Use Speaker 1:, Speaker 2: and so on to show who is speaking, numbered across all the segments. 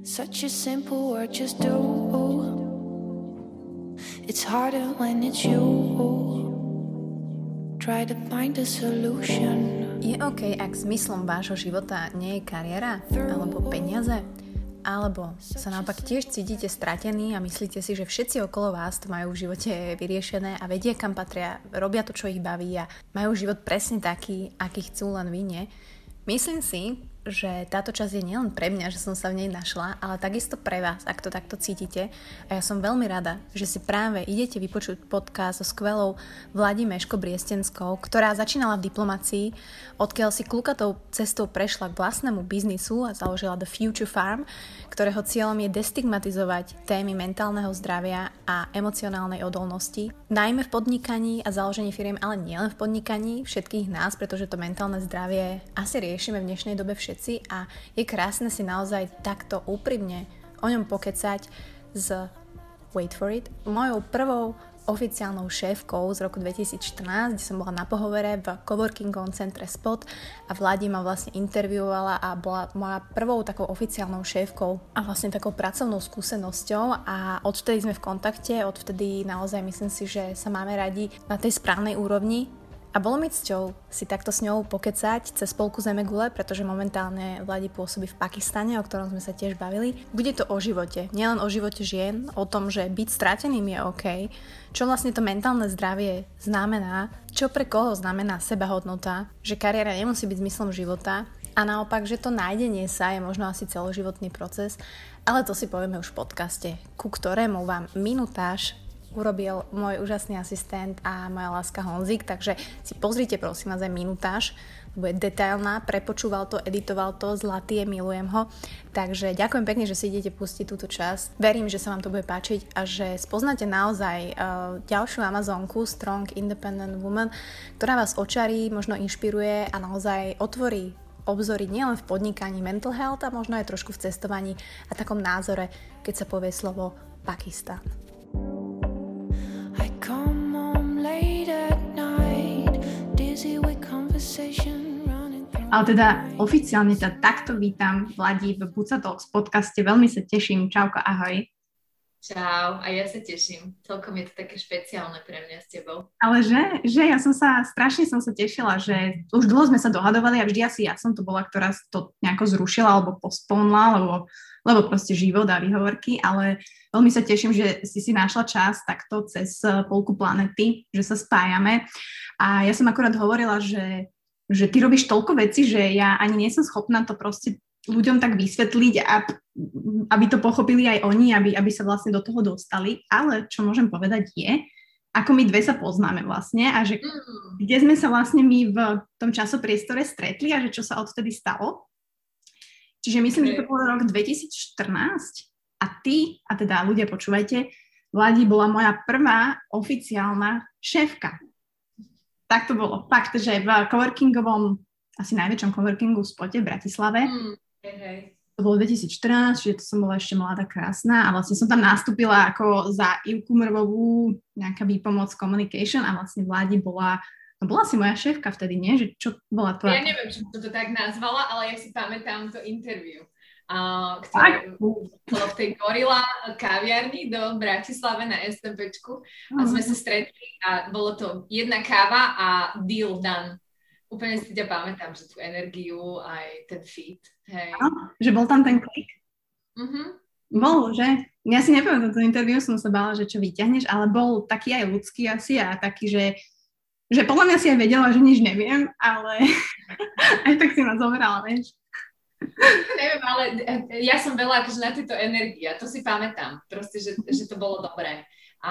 Speaker 1: Such a simple word, just do. It's harder when it's you. Try to find a solution.
Speaker 2: Je OK, ak zmyslom vášho života nie je kariéra alebo peniaze? Alebo sa naopak tiež cítite stratení a myslíte si, že všetci okolo vás to majú v živote vyriešené a vedia, kam patria, robia to, čo ich baví a majú život presne taký, aký chcú, len vy nie? Myslím si, že táto časť je nielen pre mňa, že som sa v nej našla, ale takisto pre vás, ak to takto cítite. A ja som veľmi rada, že si práve idete vypočuť podcast so skvelou Vladi Meško-Briestenskou, ktorá začínala v diplomácii, odkiaľ si klukatou cestou prešla k vlastnému biznisu a založila The Future Farm, ktorého cieľom je destigmatizovať témy mentálneho zdravia a emocionálnej odolnosti, najmä v podnikaní a založení firiem, ale nielen v podnikaní, všetkých nás, pretože to mentálne zdravie asi riešime v dnešnej dobe všetci a je krásne si naozaj takto úprimne o ňom pokecať s, wait for it, mojou prvou oficiálnou šéfkou z roku 2014, kde som bola na pohovore v coworkingovom centre Spot a Vladi ma vlastne intervjuovala a bola moja prvou takou oficiálnou šéfkou a vlastne takou pracovnou skúsenosťou a odvtedy sme v kontakte, odvtedy naozaj myslím si, že sa máme radi na tej správnej úrovni. A bolo mi cťou si takto s ňou pokecať cez polku zemegule, pretože momentálne Vladi pôsobí v Pakistane, o ktorom sme sa tiež bavili. Bude to o živote, nielen o živote žien, o tom, že byť strateným je OK, čo vlastne to mentálne zdravie znamená, čo pre koho znamená sebahodnota, že kariéra nemusí byť zmyslom života a naopak, že to nájdenie sa je možno asi celoživotný proces, ale to si povieme už v podcaste, ku ktorému vám minutáž urobil môj úžasný asistent a moja láska Honzik, takže si pozrite prosím vás aj minutáž, bude detailná, prepočúval to, editoval to, zlatý je, milujem ho, takže ďakujem pekne, že si idete pustiť túto časť, verím, že sa vám to bude páčiť a že spoznáte naozaj ďalšiu Amazonku, Strong Independent Woman, ktorá vás očarí, možno inšpiruje a naozaj otvorí obzory nielen v podnikaní mental health a možno aj trošku v cestovaní a takom názore, keď sa povie slovo Pakistan.
Speaker 3: Ale teda oficiálne ťa takto vítam, Vladi, v Buca Talks podcaste. Veľmi sa teším. Čauko, ahoj.
Speaker 4: Čau, a ja sa teším. Celkom je to také špeciálne pre mňa s tebou.
Speaker 3: Ale že ja strašne som sa tešila, že už dlho sme sa dohadovali a vždy asi ja som to bola, ktorá to nejako zrušila alebo postponla, lebo proste život a výhovorky, ale veľmi sa teším, že si našla čas takto cez polku planety, že sa spájame. A ja som akurát hovorila, že ty robíš toľko vecí, že ja ani nie som schopná to proste ľuďom tak vysvetliť, aby to pochopili aj oni, aby sa vlastne do toho dostali. Ale čo môžem povedať je, ako my dve sa poznáme vlastne a že kde sme sa vlastne my v tom časopriestore stretli a že čo sa odtedy stalo. Čiže myslím, že to bol rok 2014 a ty, a teda ľudia počúvajte, Vladi bola moja prvá oficiálna šéfka. Tak to bolo. Fakt, že v coworkingovom, asi najväčšom coworkingu v Spote v Bratislave. To bolo 2014, čiže to som bola ešte mladá, krásna a vlastne som tam nastúpila ako za Ivku Mrvovú, nejaká výpomoc communication a vlastne Vladi bola si moja šéfka vtedy, nie? Že čo bola tvoja?
Speaker 4: Ja neviem, či to tak nazvala, ale ja si pamätám to interview, ktoré bolo v tej Gorila kaviarni do Bratislave na STPčku a sme sa stretli a bolo to jedna káva a deal done. Úplne si ťa pamätám, že tú energiu aj ten fit. Hej.
Speaker 3: Že bol tam ten klik?
Speaker 4: Bol,
Speaker 3: že? Ja si nepamätám to interview, som sa bála, že čo vyťahneš, ale bol taký aj ľudský asi a taký, že podľa mňa si aj vedela, že nič neviem, ale aj tak si ma zoberala, vieš.
Speaker 4: Neviem, ale ja som veľa akože na tejto energii a to si pamätám. Proste, že to bolo dobré.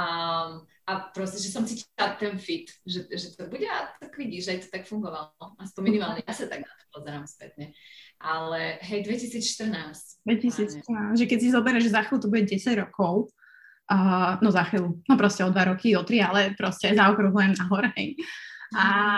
Speaker 4: A proste, že som cítila ten fit, že to bude a tak vidíš, že aj to tak fungovalo. Aspoň minimálne, ja sa tak na to pozerám spätne. Ale hej, 2014.
Speaker 3: 2014, že keď si zoberieš, že za chvíľu to bude 10 rokov, no za chvíľu, no proste o 2 roky, o 3, ale proste zaokrúhlujem nahor, hej. A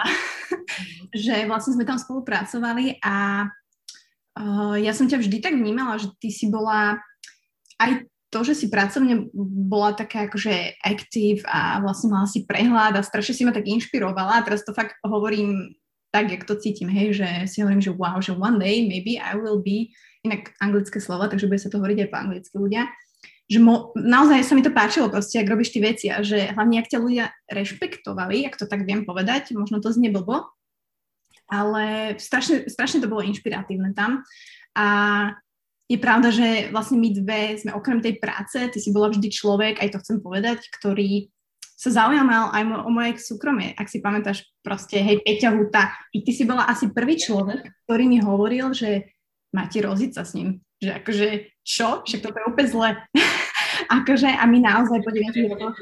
Speaker 3: že vlastne sme tam spolupracovali a ja som ťa vždy tak vnímala, že ty si bola aj to, že si pracovne bola taká akože active a vlastne mala si prehľad a strašne si ma tak inšpirovala a teraz to fakt hovorím tak, jak to cítim, hej, že si hovorím, že wow, že one day maybe I will be, inak anglické slova, takže bude sa to hovoriť aj po anglicky ľudia, že naozaj sa mi to páčilo proste, ak robíš tie veci a že hlavne, ak ťa ľudia rešpektovali, ak to tak viem povedať, možno to znie blbo, ale strašne to bolo inšpiratívne tam a je pravda, že vlastne my dve sme okrem tej práce, ty si bola vždy človek, aj to chcem povedať, ktorý sa zaujímal aj o moje súkromie. Ak si pamätáš proste, hej, Peťa Huta, i ty si bola asi prvý človek, ktorý mi hovoril, že máte roziť sa s ním. Že akože, čo? Však toto je úplne zle. Akože, a my naozaj po 9 rokoch...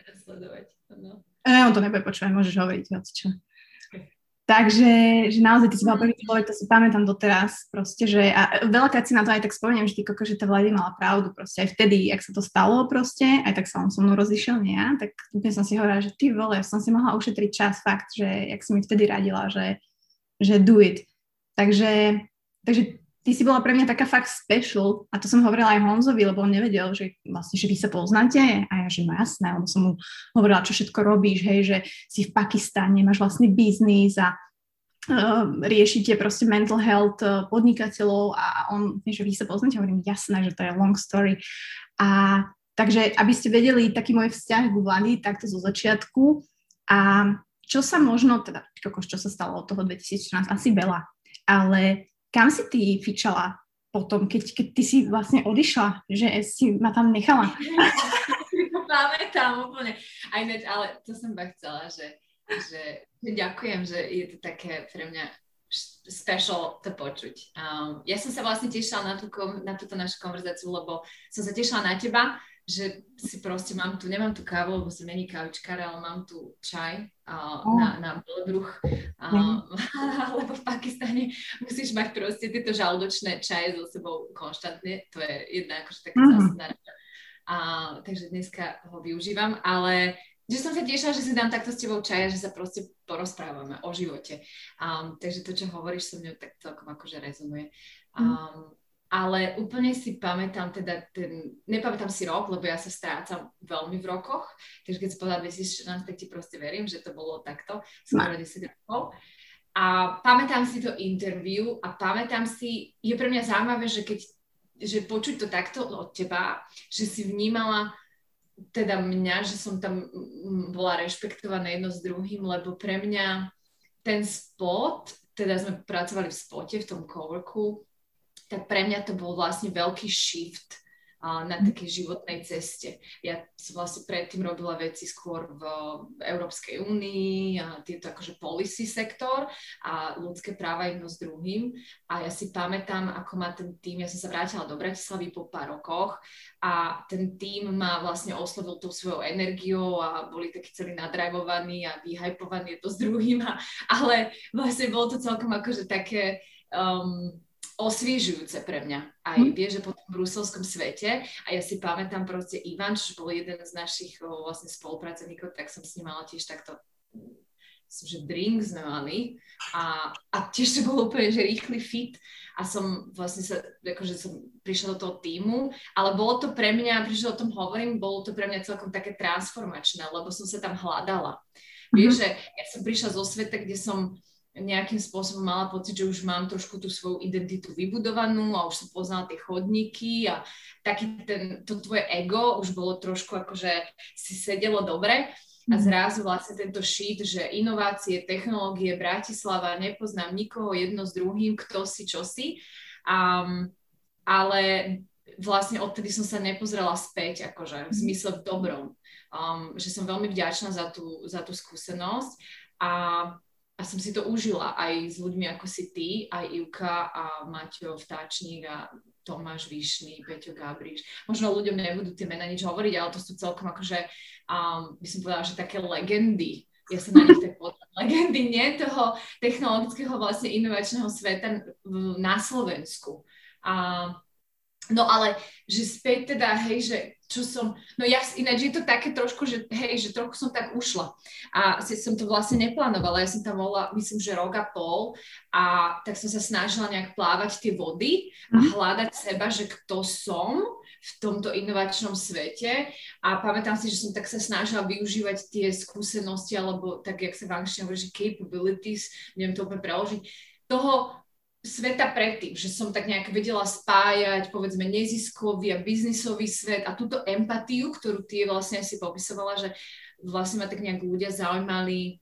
Speaker 3: On to nebude počúvať, môžeš hovoriť, hocičo. Takže, že naozaj ty si bola prvý človek, to si pamätám doteraz, proste, že a veľakrát si na to aj tak spomeniem, že ty koko, že tá Vlady mala pravdu, proste aj vtedy, jak sa to stalo proste, aj tak sa on so mnou rozišiel, nie ja, tak úplne som si hovorila, že ty vole, som si mohla ušetriť čas, fakt, že jak si mi vtedy radila, že do it. Takže ty si bola pre mňa taká fakt special a to som hovorila aj Honzovi, lebo on nevedel, že vlastne, že vy sa poznáte a ja, že no jasné, lebo som mu hovorila, čo všetko robíš, hej, že si v Pakistane, máš vlastný biznis a riešite proste mental health podnikateľov a on, že vy sa poznáte, hovorím, jasné, že to je long story. A takže, aby ste vedeli taký môj vzťah k Vladi, takto zo začiatku a čo sa možno, teda, čo sa stalo od toho 2014, asi veľa, ale kam si ty fičala potom, keď ty si vlastne odišla, že si ma tam nechala?
Speaker 4: Pamätám úplne. Ale to som iba chcela, že ďakujem, že je to také pre mňa special to počuť. Ja som sa vlastne tešila na túto našu konverzáciu, lebo som sa tešila na teba, že si proste nemám tu kávu, lebo som není kávičkár, ale mám tu čaj na Belebruch, lebo v Pakistane musíš mať proste tieto žalúdočné čaje so sebou konštantne, to je jedna akože taká zásadná rada. Takže dneska ho využívam, ale že som sa tešila, že si dám takto s tebou čaja, že sa proste porozprávame o živote. Takže to, čo hovoríš, so mňou tak celkom akože rezonuje. Ale úplne si pamätám nepamätám si rok, lebo ja sa strácam veľmi v rokoch, takže keď si povedala 2014, tak ti proste verím, že to bolo takto, skoro 10 rokov. A pamätám si to interview a pamätám si, je pre mňa zaujímavé, že počuť to takto od teba, že si vnímala teda mňa, že som tam bola rešpektovaná jedno s druhým, lebo pre mňa ten spot, teda sme pracovali v spote, v tom coworku, tak pre mňa to bol vlastne veľký shift na takej životnej ceste. Ja som vlastne predtým robila veci skôr v Európskej únii, a tieto akože policy sektor a ľudské práva jedno s druhým. A ja si pamätám, ako ma ten tím, ja som sa vrátila do Bratislavy po pár rokoch a ten tím ma vlastne oslovil tou svojou energiou a boli takí celí nadrajvovaní a vyhypovaní jedno s druhým. Ale vlastne bolo to celkom akože také... osviežujúce pre mňa. Aj vieš, že po tom bruselskom svete a ja si pamätám proste Ivan, čo bol jeden z našich vlastne spolupracovníkov, tak som s ním mala tiež takto že drink sme mali a tiež to bolo úplne, že rýchly fit a som vlastne akože som prišla do toho tímu, ale bolo to pre mňa, prečo o tom hovorím, bolo to pre mňa celkom také transformačné, lebo som sa tam hľadala. Vieš, že ja som prišla zo sveta, kde som nejakým spôsobom mala pocit, že už mám trošku tú svoju identitu vybudovanú a už som poznala tie chodníky a taký to tvoje ego už bolo trošku akože si sedelo dobre a zrazu vlastne tento shit, že inovácie, technológie, Bratislava, nepoznám nikoho jedno s druhým, kto si, čo si, ale vlastne odtedy som sa nepozrela späť, akože v zmysle v dobrom, že som veľmi vďačná za tú skúsenosť a som si to užila aj s ľuďmi ako si ty, aj Ivka a Maťo Vtáčnik a Tomáš Vyšný, Peťo Gabriš. Možno ľuďom nebudú tie mená nič hovoriť, ale to sú celkom akože, by som povedala, že také legendy. Ja som na nich tak povedala, legendy nie toho technologického vlastne inovačného sveta na Slovensku. No ale, že späť teda, hej, že čo som, no ja ináč je to také trošku, že hej, že trochu som tak ušla a som to vlastne neplánovala, ja som tam bola, myslím, že rok a pol a tak som sa snažila nejak plávať tie vody a hľadať seba, že kto som v tomto inovačnom svete a pamätám si, že som tak sa snažila využívať tie skúsenosti alebo tak, jak sa v angličtine hovorí, že capabilities, neviem to úplne preložiť, toho sveta predtým, že som tak nejak vedela spájať, povedzme, neziskový a biznisový svet a túto empatiu, ktorú ty vlastne si popisovala, že vlastne ma tak nejak ľudia zaujímali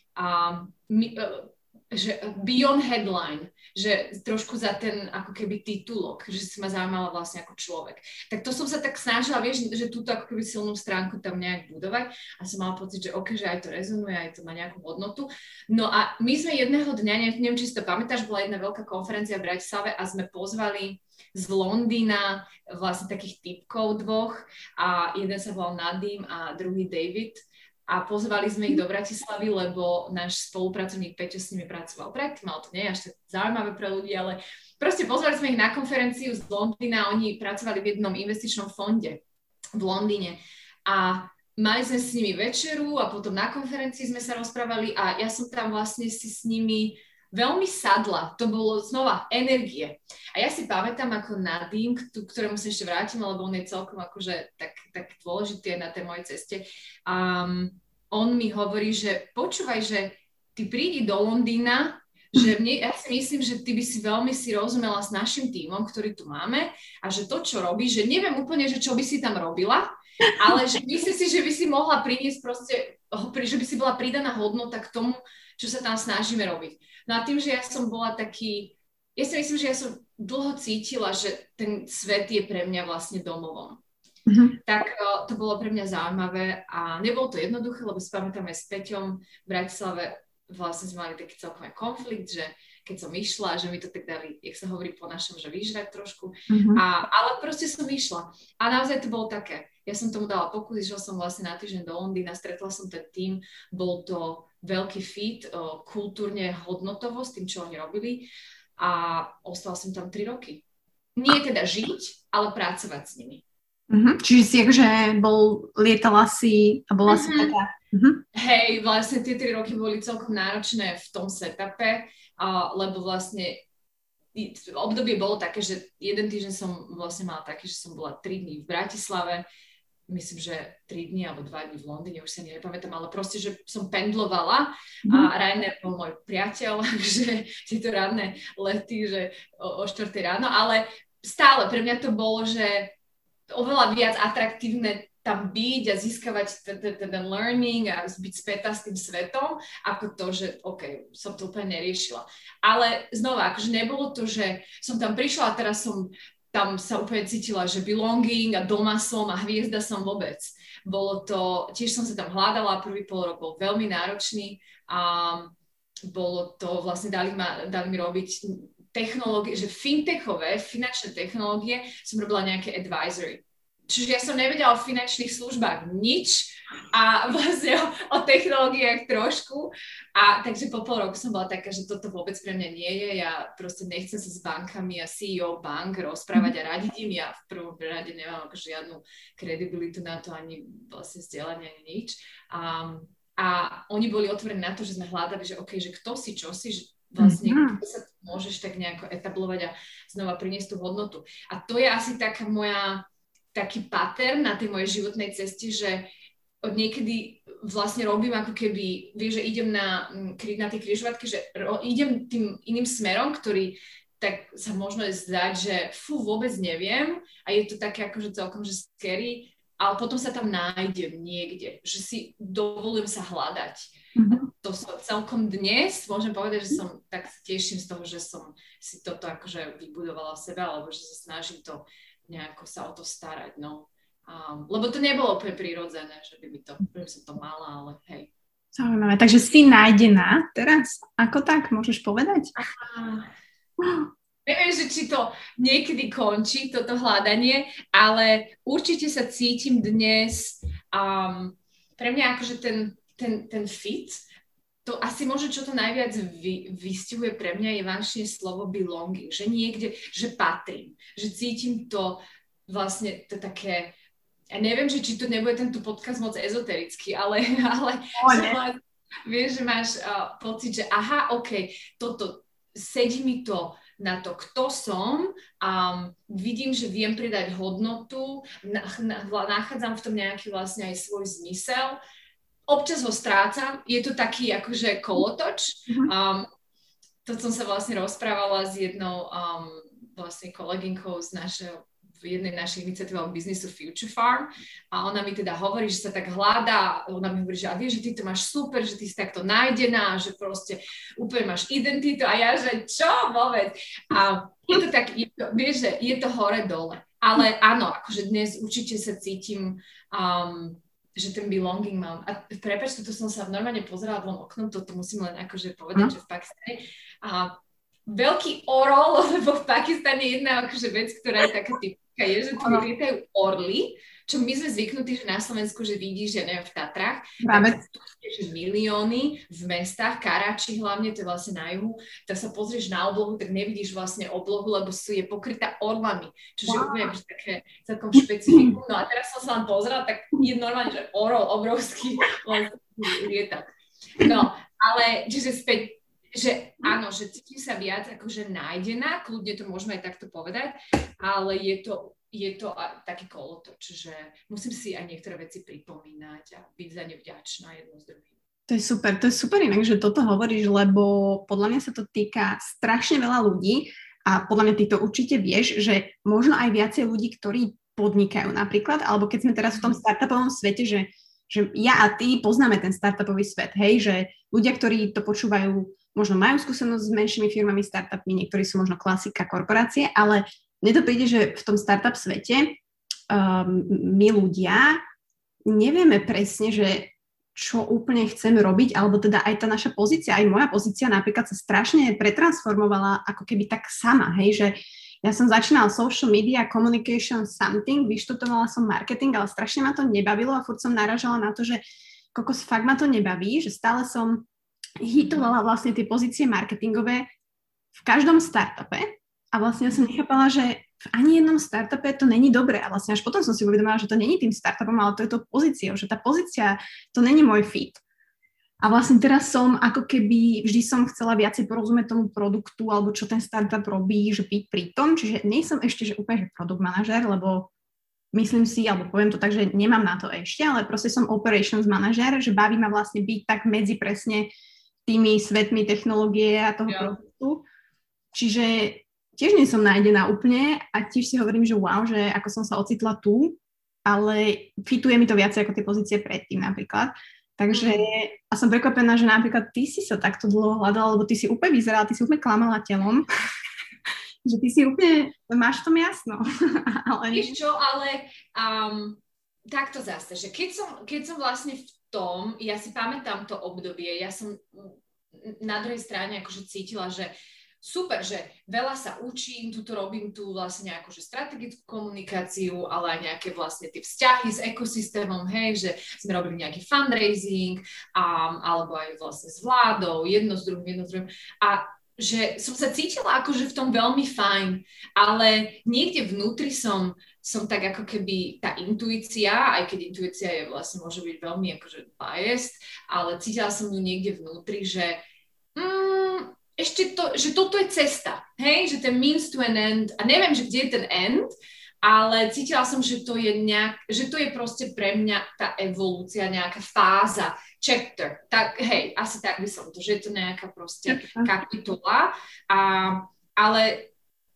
Speaker 4: že beyond headline, že trošku za ten ako keby titulok, že si ma zaujímala vlastne ako človek. Tak to som sa tak snažila, vieš, že túto ako keby silnú stránku tam nejak budovať a som mala pocit, že ok, že aj to rezonuje, aj to má nejakú hodnotu. No a my sme jedného dňa, neviem, či si to pamätáš, bola jedna veľká konferencia v Bratislave a sme pozvali z Londýna vlastne takých typkov dvoch a jeden sa volal Nadim a druhý David. A pozvali sme ich do Bratislavy, lebo náš spolupracovník Peťo s nimi pracoval predtým, ale to nie je až tak zaujímavé pre ľudí, ale proste pozvali sme ich na konferenciu z Londýna, oni pracovali v jednom investičnom fonde v Londýne a mali sme s nimi večeru a potom na konferencii sme sa rozprávali a ja som tam vlastne si s nimi veľmi sadla, to bolo znova energie. A ja si pamätám ako Nadim, ktorému sa ešte vrátim, lebo on je celkom akože tak dôležitý na tej mojej ceste. On mi hovorí, že počúvaj, že ty prídi do Londýna, že ja si myslím, že ty by si veľmi rozumela s našim tímom, ktorý tu máme a že to, čo robíš, že neviem úplne, že čo by si tam robila, ale že myslím si, že by si mohla priniesť proste, že by si bola pridaná hodnota k tomu, čo sa tam snažíme robiť. No a tým, že ja som bola taký, ja si myslím, že ja som dlho cítila, že ten svet je pre mňa vlastne domovom. Tak to bolo pre mňa zaujímavé a nebolo to jednoduché, lebo si pamätám aj s Peťom v Bratislave vlastne sme mali taký celkom konflikt, že keď som išla, že mi to tak dali, jak sa hovorí po našom, že vyžrať trošku, ale proste som išla a naozaj to bolo také, ja som tomu dala pokus, išla som vlastne na týždeň do Londýna, stretla som ten tým, bol to veľký fit, kultúrne hodnotovo s tým, čo oni robili a ostala som tam 3 roky. Nie teda žiť, ale pracovať s nimi.
Speaker 3: Čiže si akože lietala si a bola si taká...
Speaker 4: Hej, vlastne tie 3 roky boli celkom náročné v tom setupe, lebo vlastne obdobie bolo také, že jeden týždeň som vlastne mala také, že som bola 3 dní v Bratislave, myslím, že 3 dní alebo 2 dní v Londýne, už sa nepamätám, ale proste, že som pendlovala a Rainer bol môj priateľ, že tieto ranné lety, že o 4 ráno, ale stále pre mňa to bolo, že oveľa viac atraktívne tam byť a získavať ten learning a byť spätá s tým svetom, ako to, že OK, som to úplne neriešila. Ale znova, akože nebolo to, že som tam prišla a teraz som tam sa úplne cítila, že belonging a doma som a hviezda som vôbec. Bolo to, tiež som sa tam hľadala, prvý pol rok bol veľmi náročný a bolo to, vlastne dali mi robiť technológie, že fintechové, finančné technológie, som robila nejaké advisory. Čiže ja som nevedela o finančných službách nič a vlastne o technológiách trošku. A takže po pol roku som bola taká, že toto vôbec pre mňa nie je. Ja proste nechcem sa s bankami a CEO bank rozprávať a radiť im. Ja v prvom rade nemám ako žiadnu kredibilitu na to, ani vlastne vzdelanie, ani nič. A oni boli otvorení na to, že sme hľadali, že OK, že kto si, čo si, že vlastne keď sa môžeš tak nejako etablovať a znova priniesť tú hodnotu. A to je asi taká taký pattern na tej mojej životnej ceste, že niekedy vlastne robím ako keby, vieš, že idem na tie križovatky, že idem tým iným smerom, ktorý tak sa možno zdať, že vôbec neviem a je to také akože celkom, že scary, ale potom sa tam nájdem niekde, že si dovolujem sa hľadať. To som celkom dnes, môžem povedať, že som tak teším z toho, že som si toto akože vybudovala v sebe, alebo že sa snažím to nejako sa o to starať, no. Lebo to nebolo úplne prirodzené, že by som to mala, ale hej.
Speaker 3: Zaujímavé, takže si nájdená teraz? Ako tak, môžeš povedať?
Speaker 4: Neviem, že či to niekedy končí, toto hľadanie, ale určite sa cítim dnes, pre mňa akože ten fit to asi možno, čo to najviac vystihuje pre mňa, je vážne slovo belonging, že niekde, že patrím, že cítim to vlastne to také, ja neviem, že či to nebude tento podcast moc ezoterický, ale že vieš, že máš pocit, že aha, OK, toto, sedí mi to na to, kto som, vidím, že viem pridať hodnotu, nachádzam v tom nejaký vlastne aj svoj zmysel. Občas ho strácam, je to taký akože kolotoč. To som sa vlastne rozprávala s jednou vlastne kolegynkou z jednej našej iniciatívy biznisu Future Farm a ona mi teda hovorí, že sa tak hľadá, ona mi hovorí, že a vieš, že ty to máš super, že ty si takto nájdená, že proste úplne máš identitu a ja, že čo vôbec? A je to tak, vieš, že je to hore-dole, ale áno, akože dnes určite sa cítim že ten belonging mám. A prepáč, toto som sa normálne pozerala von oknom, toto musím len akože povedať, že v Pakistane. A veľký orol, lebo v Pakistane jedna akože vec, ktorá je taká typická, je, že tu lietajú orly, čo my sme zvyknutí, že na Slovensku, že vidíš, že neviem, v Tatrách, tak tu že milióny v mestách, Karači hlavne, to je vlastne na juhu, tak sa pozrieš na oblohu, tak nevidíš vlastne oblohu, lebo je pokrytá orlami, čiže úplne také celkom špecifikum. No a teraz som sa vám pozrela, tak je normálne, že orol obrovský lieta. No, ale čiže späť, že áno, že cítim sa viac akože nájdená, kľudne to môžeme aj takto povedať, ale je to taký kolotoč, že musím si aj niektoré veci pripomínať a byť za ne vďačná jedno z druhým.
Speaker 3: To je super inak, že toto hovoríš, lebo podľa mňa sa to týka strašne veľa ľudí a podľa mňa ty to určite vieš, že možno aj viacej ľudí, ktorí podnikajú napríklad, alebo keď sme teraz v tom startupovom svete, že ja a ty poznáme ten startupový svet, hej, že ľudia, ktorí to počúvajú, možno majú skúsenosť s menšími firmami, startupmi, niektorí sú možno klasika, korporácie, ale mne to príde, že v tom startup svete my ľudia nevieme presne, že čo úplne chceme robiť, alebo teda aj tá naša pozícia, aj moja pozícia napríklad sa strašne pretransformovala ako keby tak sama, hej, že ja som začínala social media, communication something, vyštudovala som marketing, ale strašne ma to nebavilo a furt som naražala na to, že kokos, fakt ma to nebaví, že stále som hitovala vlastne tie pozície marketingové v každom startupe a vlastne ja som nechápala, že v ani jednom startupe to není dobré a vlastne až potom som si uvedomila, že to není tým startupom, ale to je to pozíciou, že tá pozícia, to není môj fit. A vlastne teraz som ako keby, vždy som chcela viacej porozumieť tomu produktu alebo čo ten startup robí, že byť pri tom, čiže nie som ešte že úplne že product manažer, lebo myslím si, alebo poviem to tak, že nemám na to ešte, ale proste som operations manažer, že baví ma vlastne byť tak medzi presne tými svetmi technológie a toho produktu. Čiže tiež nie som nájdená úplne a tiež si hovorím, že wow, že ako som sa ocitla tu, ale fituje mi to viacej ako tie pozície predtým napríklad. Takže a som prekvapená, že napríklad ty si sa takto dlho hľadala, lebo ty si úplne vyzerala, ty si úplne klamala telom, že ty si úplne, máš v tom jasno.
Speaker 4: Víš čo, ale takto zase, že keď som vlastne v tom, ja si pamätám to obdobie, ja som na druhej strane akože cítila, že super, že veľa sa učím, tuto robím tu vlastne nejakú strategickú komunikáciu, ale aj nejaké vlastne tie vzťahy s ekosystémom, hej, že sme robili nejaký fundraising, alebo aj vlastne s vládou, jedno s druhým. A že som sa cítila akože v tom veľmi fajn, ale niekde vnútri som tak ako keby tá intuícia, aj keď intuícia je vlastne môže byť veľmi akože biased, ale cítila som ju niekde vnútri, že ešte to, že toto je cesta, hej, že ten means to an end, a neviem, že kde je ten end, ale cítila som, že to je že to je proste pre mňa tá evolúcia, nejaká fáza, chapter, tak hej, asi tak by som to, že je to nejaká proste kapitola, ale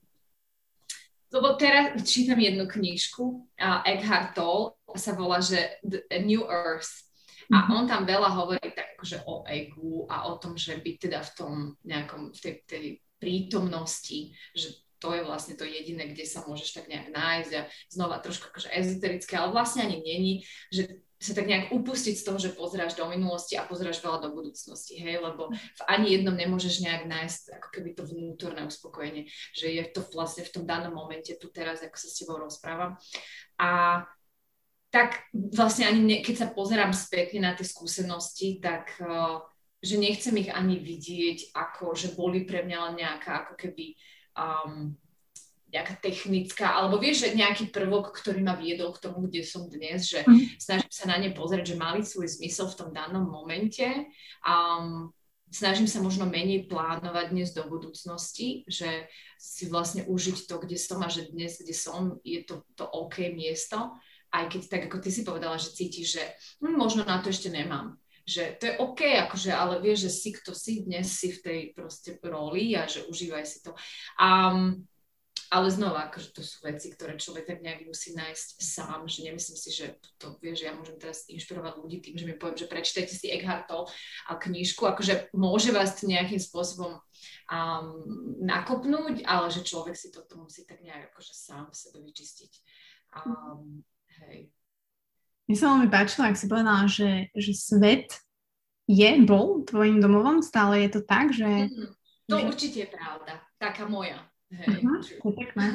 Speaker 4: lebo teraz čítam jednu knižku, Eckhart Tolle, sa volá, že A New Earth. A on tam veľa hovorí tak akože o egu a o tom, že byť teda v tom nejakom, v tej prítomnosti, že to je vlastne to jediné, kde sa môžeš tak nejak nájsť a znova trošku akože ezoterické, ale vlastne ani není, že sa tak nejak upustiť z toho, že pozeráš do minulosti a pozeráš veľa do budúcnosti, hej, lebo v ani jednom nemôžeš nejak nájsť ako keby to vnútorné uspokojenie, že je to vlastne v tom danom momente, tu teraz, ako sa s tebou rozprávam. A tak vlastne ani keď sa pozerám spätne na tie skúsenosti, tak že nechcem ich ani vidieť, ako že boli pre mňa len nejaká ako keby nejaká technická, alebo vieš, že nejaký prvok, ktorý ma viedol k tomu, kde som dnes, že snažím sa na ne pozrieť, že mali svoj zmysel v tom danom momente. Snažím sa možno menej plánovať dnes do budúcnosti, že si vlastne užiť to, kde som a že dnes, kde som, je to OK miesto. Aj keď tak, ako ty si povedala, že cítiš, že možno na to ešte nemám. Že to je OK, akože, ale vieš, že si kto si, dnes si v tej proste roli a že užívaj si to. Ale znova, akože to sú veci, ktoré človek tak nejak musí nájsť sám, že nemyslím si, že to vieš, že ja môžem teraz inšpirovať ľudí tým, že mi poviem, že prečítajte si Eckhartov a knižku, akože môže vás to nejakým spôsobom nakopnúť, ale že človek si toto musí tak nejak akože sám v sebe vyčistiť. Hej.
Speaker 3: Mne sa veľmi páčilo, ak si povedala, že svet bol tvojim domovom, stále je to tak, že...
Speaker 4: To určite je pravda, taká moja. Hej.
Speaker 3: To je pekné.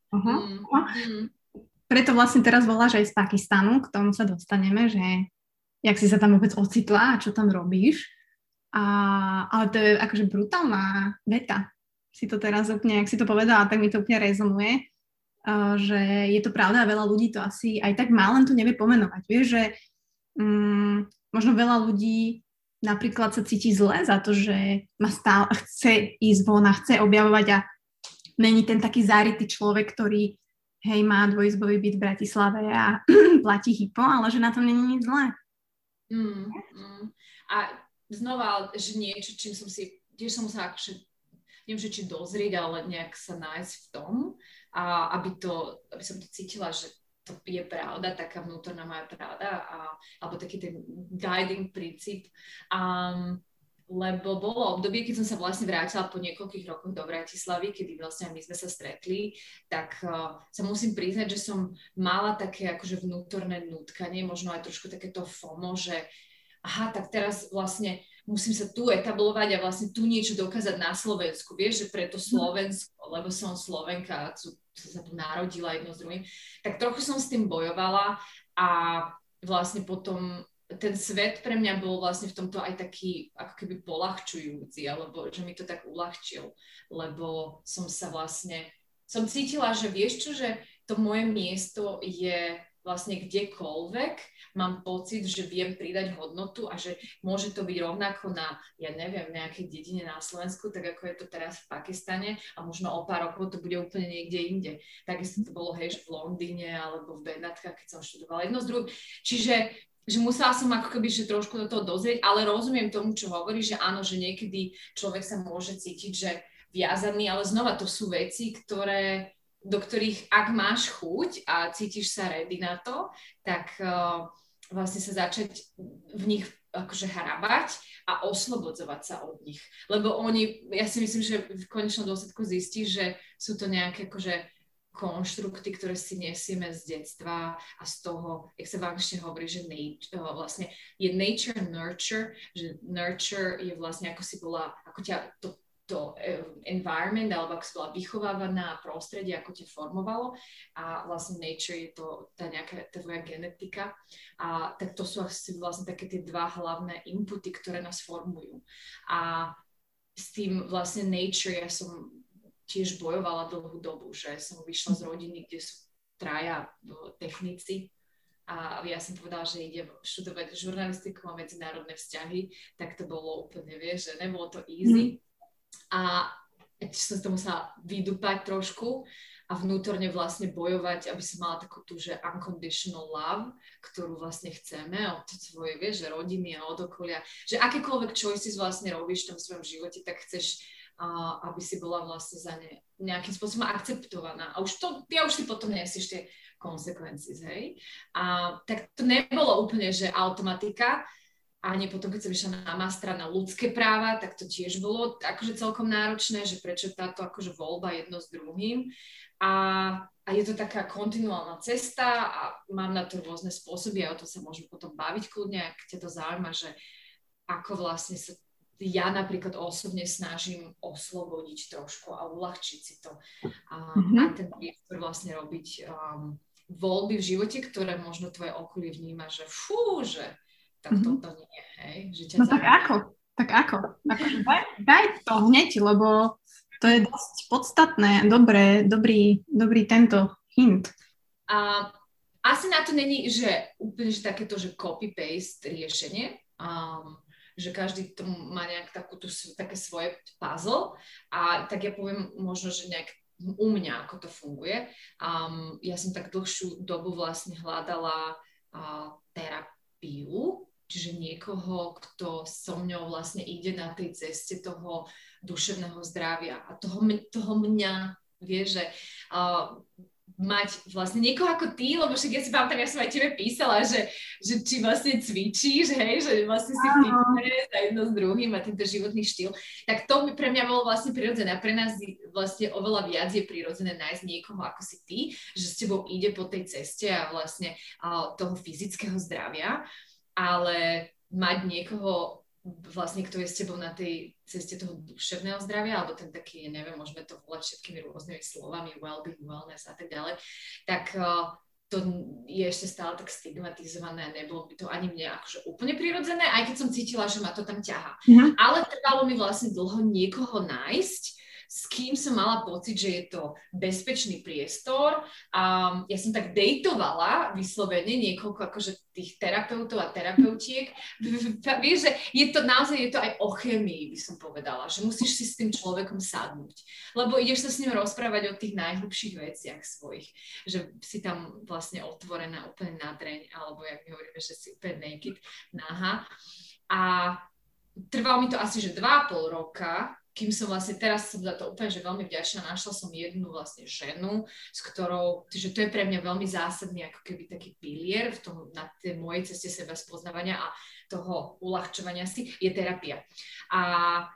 Speaker 3: Preto vlastne teraz voláš aj z Pakistanu, k tomu sa dostaneme, že jak si sa tam vôbec ocitla a čo tam robíš. Ale to je akože brutálna veta. Si to teraz úplne, jak si to povedala, tak mi to úplne rezonuje, že je to pravda a veľa ľudí to asi aj tak má, len to nevie pomenovať. Vieš, že možno veľa ľudí napríklad sa cíti zle za to, že ma stále chce ísť von a chce objavovať a není ten taký zárytý človek, ktorý má dvojizbový byt v Bratislave a platí hypo, ale že na tom není nič zlé.
Speaker 4: A znova, že niečo, čím som si, tiež som sa akože, neviem, že či dozrieť, ale nejak sa nájsť v tom, a aby som to cítila, že to je pravda, taká vnútorná moja pravda, alebo taký ten guiding princíp. Lebo bolo obdobie, keď som sa vlastne vrátila po niekoľkých rokoch do Bratislavy, kedy vlastne my sme sa stretli, tak sa musím priznať, že som mala také akože vnútorné nutkanie, možno aj trošku takéto FOMO, že tak teraz vlastne musím sa tu etablovať a vlastne tu niečo dokázať na Slovensku, vieš, že preto Slovensko, lebo som Slovenka, som sa tu narodila jedno s druhým, tak trochu som s tým bojovala a vlastne potom ten svet pre mňa bol vlastne v tomto aj taký ako keby poľahčujúci, alebo že mi to tak uľahčil, lebo som cítila, že vieš čo, že to moje miesto je vlastne kdekoľvek, mám pocit, že viem pridať hodnotu a že môže to byť rovnako na, ja neviem, nejakej dedine na Slovensku, tak ako je to teraz v Pakistane a možno o pár rokov to bude úplne niekde inde. Takisto to bolo, v Londýne alebo v Benátkach, keď som študovala jedno z druhým. Čiže že musela som ako keby že trošku do toho dozrieť, ale rozumiem tomu, čo hovorí, že áno, že niekedy človek sa môže cítiť, že viazaný, ale znova to sú veci, do ktorých ak máš chuť a cítiš sa ready na to, tak vlastne sa začať v nich akože hrabať a oslobodzovať sa od nich. Lebo ja si myslím, že v konečnom dôsledku zistíš, že sú to nejaké akože konštrukty, ktoré si nesieme z detstva a z toho, jak sa v angličtine hovorí, že vlastne je nature nurture, že nurture je vlastne ako si bola, ako ťa to environment, alebo ako si bola vychovávaná prostredie, ako ťa formovalo a vlastne nature je to tá nejaká tvoja genetika a tak to sú asi vlastne také tie dva hlavné inputy, ktoré nás formujú a s tým vlastne nature ja som tiež bojovala dlhú dobu, že som vyšla z rodiny, kde sú traja technici a ja som povedala, že idem študovať žurnalistiku a medzinárodné vzťahy, tak to bolo úplne, vieš, že nebolo to easy a som to musela vydúpať trošku a vnútorne vlastne bojovať, aby som mala takú tú, že unconditional love, ktorú vlastne chceme od svojej, vieš, že rodiny a od okolia, že akékoľvek choices vlastne robíš v tom svojom živote, tak chceš aby si bola vlastne za ne nejakým spôsobom akceptovaná. A už si potom nesieš tie konsekvencie, hej. A tak to nebolo úplne, že automatika. A ani potom, keď som išla na mastra na ľudské práva, tak to tiež bolo akože celkom náročné, že prečo táto akože voľba jedno s druhým. A je to taká kontinuálna cesta a mám na to rôzne spôsoby a o tom sa môžem potom baviť kľudne, ak ťa to zaujíma, že ako vlastne sa ja napríklad osobne snažím oslobodiť trošku a uľahčiť si to a ten priestor vlastne robiť voľby v živote, ktoré možno tvoje okolie vníma, že že tak toto nie, hej. Že ťa
Speaker 3: tak ako? Tak ako? Akože daj to hneď, lebo to je dosť podstatné. Dobrý tento hint.
Speaker 4: Asi na to není, že úplne že takéto, že copy-paste riešenie, že každý to má nejak také svoje puzzle a tak ja poviem možno, že nejak u mňa, ako to funguje. Ja som tak dlhšiu dobu vlastne hľadala terapiu, čiže niekoho, kto so mňou vlastne ide na tej ceste toho duševného zdravia a toho mňa, vieš, že mať vlastne niekoho ako ty, lebo však ja si pamätám, ja som aj tebe písala, že či vlastne cvičíš, hej, že vlastne si fitness a jedno s druhým a tento životný štýl, tak to pre mňa bolo vlastne prirodzené a pre nás vlastne oveľa viac je prirodzené nájsť niekoho ako si ty, že s tebou ide po tej ceste a vlastne toho fyzického zdravia, ale mať niekoho vlastne, kto je s tebou na tej ceste toho duševného zdravia, alebo ten taký, neviem, môžeme to volať všetkými rôznymi slovami, well-being, wellness a tak ďalej, tak to je ešte stále tak stigmatizované, nebolo by to ani mne akože úplne prirodzené, aj keď som cítila, že ma to tam ťahá. Ale trvalo mi vlastne dlho niekoho nájsť, s kým som mala pocit, že je to bezpečný priestor. Ja som tak dejtovala vyslovene niekoľko akože tých terapeutov a terapeutiek. Vieš, že je to aj o chemii, by som povedala, že musíš si s tým človekom sadnúť. Lebo ideš sa s ním rozprávať o tých najhlbších veciach svojich. Že si tam vlastne otvorená úplne na dreň, alebo jak my hovoríme, že si úplne naked, nahá. A trvalo mi to asi, že 2,5 roka, kým som vlastne, teraz som za to úplne, že veľmi vďačná, našla som jednu vlastne ženu, s ktorou, že to je pre mňa veľmi zásadný ako keby taký pilier v tom, na tej mojej ceste seba spoznávania a toho uľahčovania si, je terapia. A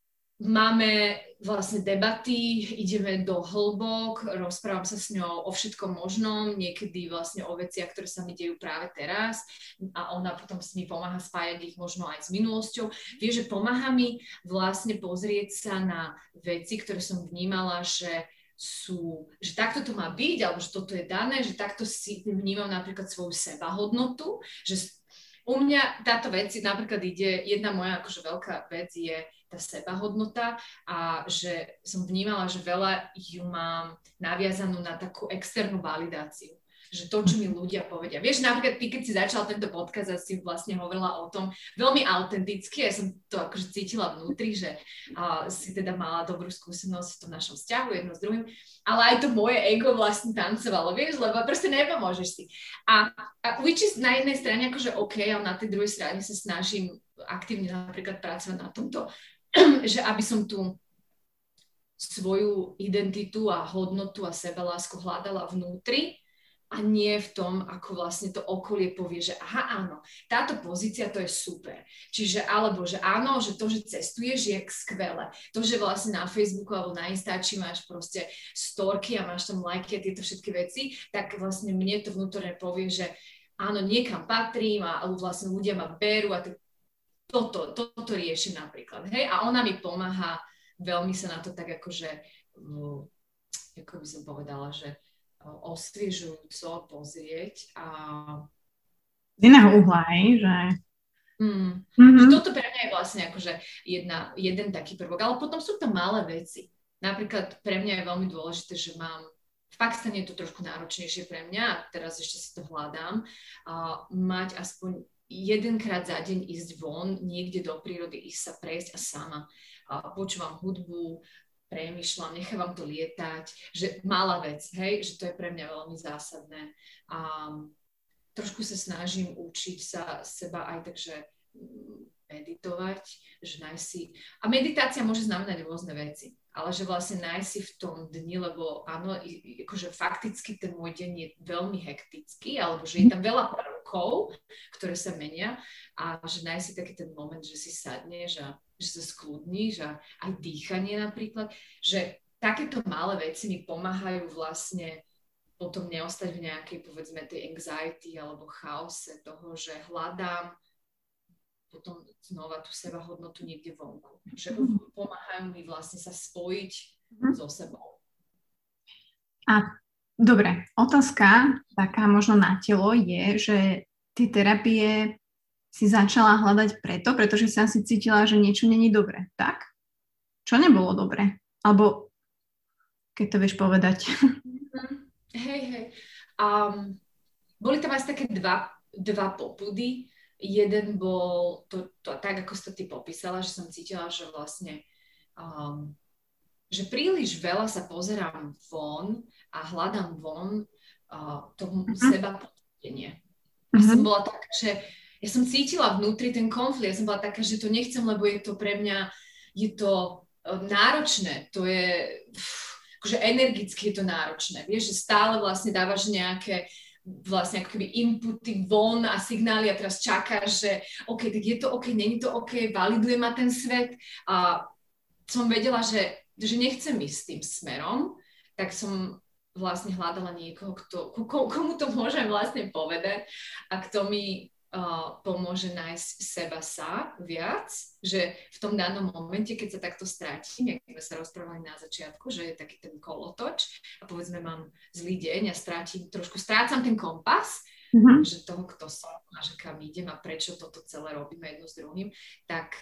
Speaker 4: máme vlastne debaty, ideme do hĺbok, rozprávam sa s ňou o všetkom možnom, niekedy vlastne o veciach, ktoré sa mi dejú práve teraz a ona potom mi pomáha spájať ich možno aj s minulosťou. Vieš, že pomáha mi vlastne pozrieť sa na veci, ktoré som vnímala, že takto to má byť, alebo že toto je dané, že takto si vnímam napríklad svoju sebahodnotu, že u mňa táto vec napríklad jedna moja akože veľká vec je tá sebahodnota a že som vnímala, že veľa ju mám naviazanú na takú externú validáciu. Že to, čo mi ľudia povedia. Vieš, napríklad ty, keď si začal tento podcast a si vlastne hovorila o tom veľmi autenticky, ja som to akože cítila vnútri, že si teda mala dobrú skúsenosť v tom našom vzťahu jedno s druhým, ale aj to moje ego vlastne tancovalo, vieš, lebo proste nepomôžeš si. A which is na jednej strane akože OK, ale na tej druhej strane sa snažím aktívne napríklad pracovať na tomto, že aby som tu svoju identitu a hodnotu a sebalásku hľadala vnútri a nie v tom, ako vlastne to okolie povie, že aha, áno, táto pozícia to je super. Čiže, alebo že áno, že to, že cestuješ, je skvelé. To, že vlastne na Facebooku alebo na Instači máš proste storky a máš tam lajky a tieto všetky veci, tak vlastne mne to vnútorne povie, že áno, niekam patrím a vlastne ľudia ma berú a toto riešim napríklad. Hej? A ona mi pomáha veľmi sa na to tak akože, ako by som povedala, že osviežujúco pozrieť a
Speaker 3: z iného uhla, že
Speaker 4: že toto pre mňa je vlastne akože jeden taký prvok, ale potom sú to malé veci. Napríklad pre mňa je veľmi dôležité, že v Pakistane je to trošku náročnejšie pre mňa, a teraz ešte si to hľadám, mať aspoň jedenkrát za deň ísť von, niekde do prírody, ísť sa prejsť a sama. Počúvam hudbu, premýšľam, nechávam to lietať, že malá vec, hej, že to je pre mňa veľmi zásadné. A trošku sa snažím učiť sa seba aj takže meditovať, že nájsť si... A meditácia môže znamenať rôzne veci, ale že vlastne nájsť si v tom dni, lebo áno, akože fakticky ten môj deň je veľmi hektický, alebo že je tam veľa prvkov, ktoré sa menia a že nájsť si taký ten moment, že si sadneš a že sa skľudníš a aj dýchanie napríklad, že takéto malé veci mi pomáhajú vlastne potom neostať v nejakej, povedzme, tej anxiety alebo chaose toho, že hľadám potom znova tú sebahodnotu niekde vonku. Že pomáhajú mi vlastne sa spojiť so sebou.
Speaker 3: A dobre, otázka taká možno na telo je, že tie terapie si začala hľadať pretože si asi cítila, že niečo není dobre, tak? Čo nebolo dobre? Alebo keď to vieš povedať.
Speaker 4: Hej. Boli tam asi také dva popudy. Jeden bol to tak, ako si to ty popísala, že som cítila, že vlastne že príliš veľa sa pozerám von a hľadám von to seba potvrdenie. A som bola taká, že ja som cítila vnútri ten konflikt, ja som bola taká, že to nechcem, lebo je to pre mňa, je to náročné, to je, akože energicky je to náročné, vieš, že stále vlastne dávaš nejaké vlastne ako keby inputy von a signály a teraz čakáš, že OK, tak je to OK, není to OK, validuje ma ten svet a som vedela, že nechcem ísť tým smerom, tak som vlastne hľadala niekoho, komu to môžem vlastne povedať a kto mi pomôže nájsť seba viac, že v tom danom momente, keď sa takto stratím, jak sme sa rozprávali na začiatku, že je taký ten kolotoč a povedzme mám zlý deň a strácam ten kompas, že toho, kto som a že kam idem a prečo toto celé robíme jedno s druhým, tak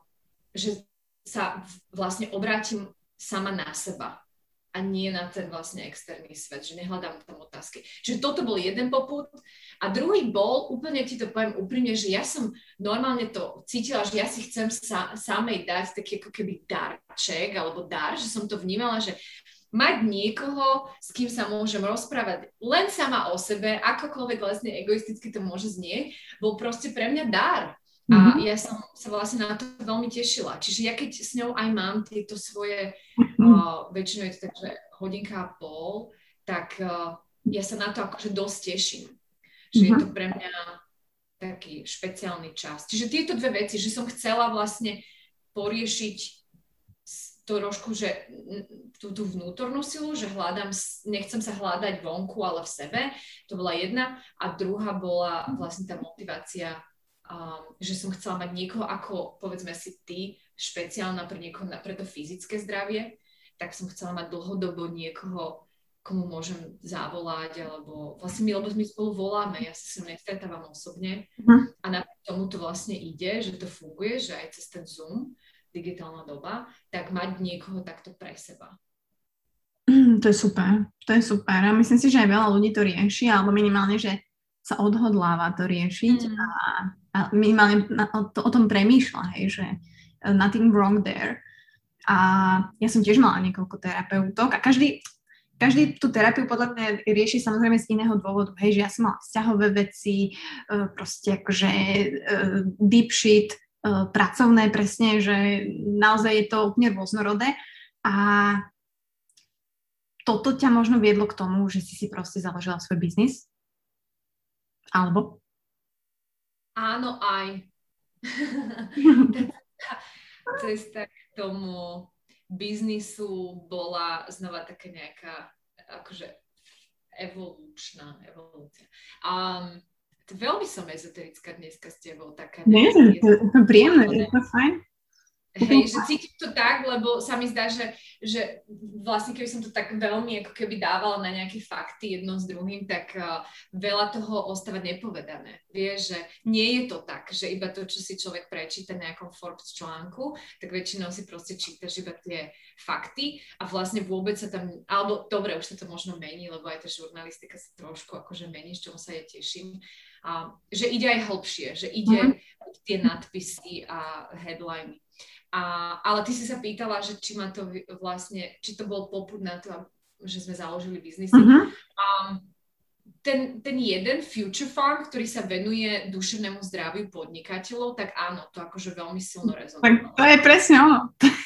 Speaker 4: že sa vlastne obrátim sama na seba a nie na ten vlastne externý svet, že nehľadám tam otázky. Čiže toto bol jeden popud a druhý bol, úplne ti to poviem úprimne, že ja som normálne to cítila, že ja si chcem samej dať taký ako keby darček alebo dar, že som to vnímala, že mať niekoho, s kým sa môžem rozprávať len sama o sebe, akokoľvek vlastne egoisticky to môže znieť, bol proste pre mňa dar. A ja som sa vlastne na to veľmi tešila. Čiže ja keď s ňou aj mám tieto svoje, väčšinou je to takže hodinka a pol, tak ja sa na to akože dosť teším. Že je to pre mňa taký špeciálny čas. Čiže tieto dve veci, že som chcela vlastne poriešiť trošku, že tú vnútornú silu, že nechcem sa hľadať vonku, ale v sebe. To bola jedna. A druhá bola vlastne tá motivácia, že som chcela mať niekoho ako, povedzme si ty, špeciálna pre niekoho, pre to fyzické zdravie, tak som chcela mať dlhodobo niekoho, komu môžem zavolať, alebo vlastne lebo my spolu voláme, ja sa s ním nestretávam osobne a napriek tomu to vlastne ide, že to funguje, že aj cez ten Zoom, digitálna doba, tak mať niekoho takto pre seba.
Speaker 3: To je super. A myslím si, že aj veľa ľudí to rieši, alebo minimálne, že sa odhodláva to riešiť a minimálne o tom premýšľa, hej, že nothing wrong there. A ja som tiež mala niekoľko terapeutok a každý tú terapiu podľa mňa rieši samozrejme z iného dôvodu, hej, že ja som mala vzťahové veci, proste akože deep shit, pracovné presne, že naozaj je to úplne rôznorodé a toto ťa možno viedlo k tomu, že si proste založila svoj biznis? Alebo?
Speaker 4: Áno, aj. Cesta k tomu biznisu bola znova taká nejaká akože evolúcia. Veľmi som ezoterická dneska s tebou. Taká
Speaker 3: nie, to je príjemné, je to fajn.
Speaker 4: Hej, že cítim to tak, lebo sa mi zdá, že vlastne keby som to tak veľmi ako keby dávala na nejaké fakty jedno s druhým, tak veľa toho ostáva nepovedané. Vieš, že nie je to tak, že iba to, čo si človek prečíta v nejakom Forbes článku, tak väčšinou si proste čítaš iba tie fakty a vlastne vôbec sa tam, alebo dobre, už sa to možno mení, lebo aj tá žurnalistika sa trošku akože mení, z čomu sa ja teším. Že ide aj hlbšie, že ide tie nadpisy a headliny. Ale ty si sa pýtala, že či to bol popud na to, že sme založili biznisy. Ten jeden Future Farm, ktorý sa venuje duševnému zdraviu podnikateľov, tak áno, to akože veľmi silno rezonovalo.
Speaker 3: To je presne ono.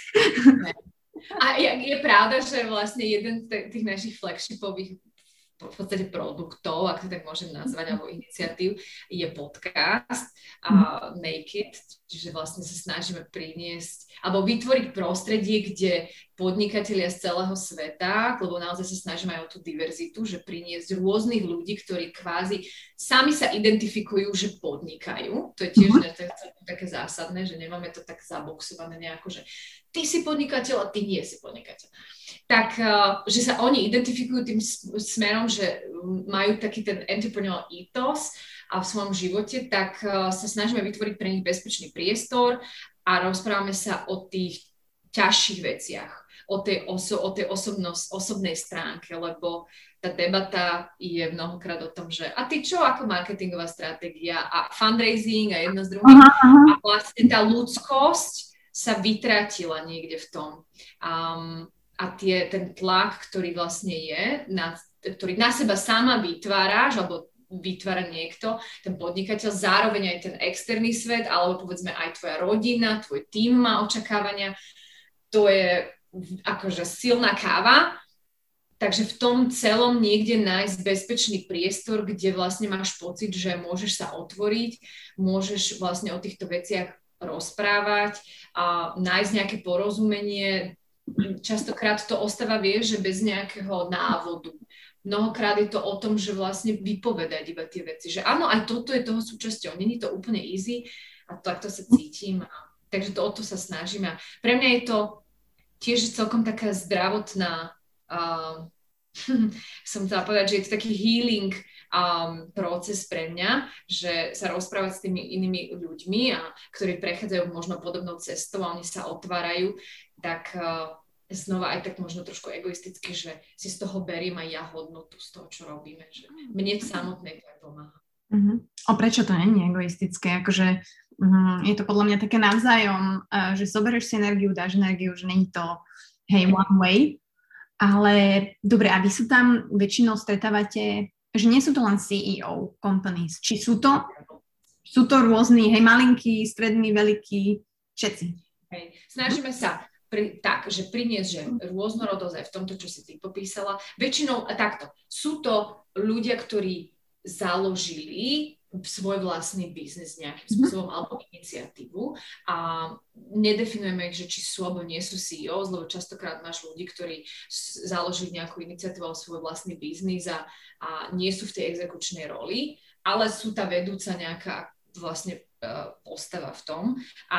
Speaker 4: A je pravda, že vlastne jeden z tých našich flagshipových v podstate produktov, ak to tak môžem nazvať, alebo iniciatív, je podcast Naked, čiže vlastne sa snažíme priniesť, alebo vytvoriť prostredie, kde podnikatelia z celého sveta, lebo naozaj sa snažíme aj o tú diverzitu, že priniesť rôznych ľudí, ktorí kvázi sami sa identifikujú, že podnikajú. To je tiež také zásadné, že nemáme to tak zaboxované nejako, že ty si podnikateľ a ty nie si podnikateľ. Tak, že sa oni identifikujú tým smerom, že majú taký ten entrepreneurial ethos a v svojom živote, tak sa snažíme vytvoriť pre nich bezpečný priestor a rozprávame sa o tých ťažších veciach, o tej osobnej stránke, lebo tá debata je mnohokrát o tom, že a ty čo ako marketingová stratégia a fundraising a jedno z druhým. A vlastne tá ľudskosť sa vytratila niekde v tom. A ten tlak, ktorý vlastne je, ktorý na seba sama vytváraš, alebo vytvára niekto, ten podnikateľ, zároveň aj ten externý svet, alebo povedzme aj tvoja rodina, tvoj tím má očakávania, to je akože silná káva, takže v tom celom niekde nájsť bezpečný priestor, kde vlastne máš pocit, že môžeš sa otvoriť, môžeš vlastne o týchto veciach rozprávať a nájsť nejaké porozumenie. Častokrát to ostáva, vieš, že bez nejakého návodu. Mnohokrát je to o tom, že vlastne vypovedať iba tie veci, že áno, aj toto je toho súčasťou, není to úplne easy a takto sa cítim. Takže o to sa snažím. A pre mňa je to tiež celkom taká zdravotná, som chcela povedať, že je to taký healing proces pre mňa, že sa rozprávať s tými inými ľuďmi, ktorí prechádzajú možno podobnou cestou a oni sa otvárajú, tak znova aj tak možno trošku egoisticky, že si z toho beriem aj ja hodnotu z toho, čo robíme, že mne samotnej to aj pomáha.
Speaker 3: A prečo to nie je egoistické? Akože je to podľa mňa také navzájom, že zoberieš si energiu, dáš energiu, že není to hej, one way, ale dobre, a vy sa tam väčšinou stretávate, že nie sú to len CEO companies, či sú to rôzni, hej, malinkí, strední, veľkí, všetci.
Speaker 4: Hej, snažíme sa že priniesť, že rôznorodosť aj v tomto, čo si ty popísala. Väčšinou takto. Sú to ľudia, ktorí založili svoj vlastný biznes nejakým spôsobom alebo iniciatívu a nedefinujeme ich, že či sú alebo nie sú CEOs, lebo častokrát máš ľudí, ktorí založili nejakú iniciatívu alebo svoj vlastný biznis a nie sú v tej exekučnej roli, ale sú tá vedúca nejaká vlastne postava v tom.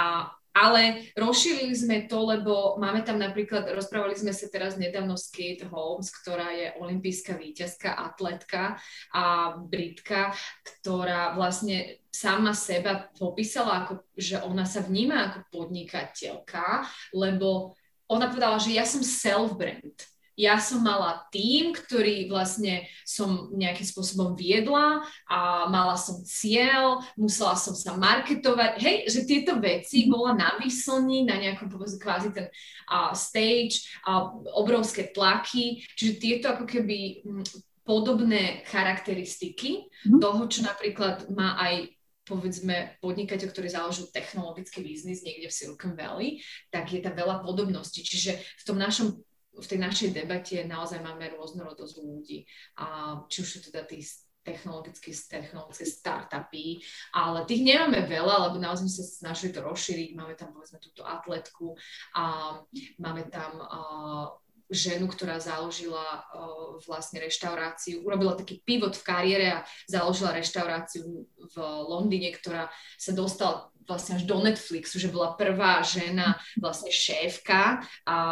Speaker 4: Ale rozšírili sme to, lebo máme tam napríklad, rozprávali sme sa teraz nedávno s Kate Holmes, ktorá je olympijská víťazka, atletka a Britka, ktorá vlastne sama seba popísala, že ona sa vníma ako podnikateľka, lebo ona povedala, že ja som self-brand. Ja som mala tím, ktorý vlastne som nejakým spôsobom viedla a mala som cieľ, musela som sa marketovať. Hej, že tieto veci bola na výslni, na nejakom kvázi ten stage, obrovské tlaky, čiže tieto ako keby podobné charakteristiky toho, čo napríklad má aj povedzme podnikateľ, ktorý založil technologický biznis niekde v Silicon Valley, tak je tam veľa podobností. Čiže v tej našej debate naozaj máme rôznorodosť ľudí. Či už sú teda tí technologické startupy, ale tých nemáme veľa, lebo naozaj sa snažili to rozšíriť. Máme tam povedzme túto atletku a máme tam ženu, ktorá založila vlastne reštauráciu, urobila taký pivot v kariére a založila reštauráciu v Londýne, ktorá sa dostala vlastne až do Netflixu, že bola prvá žena, vlastne šéfka,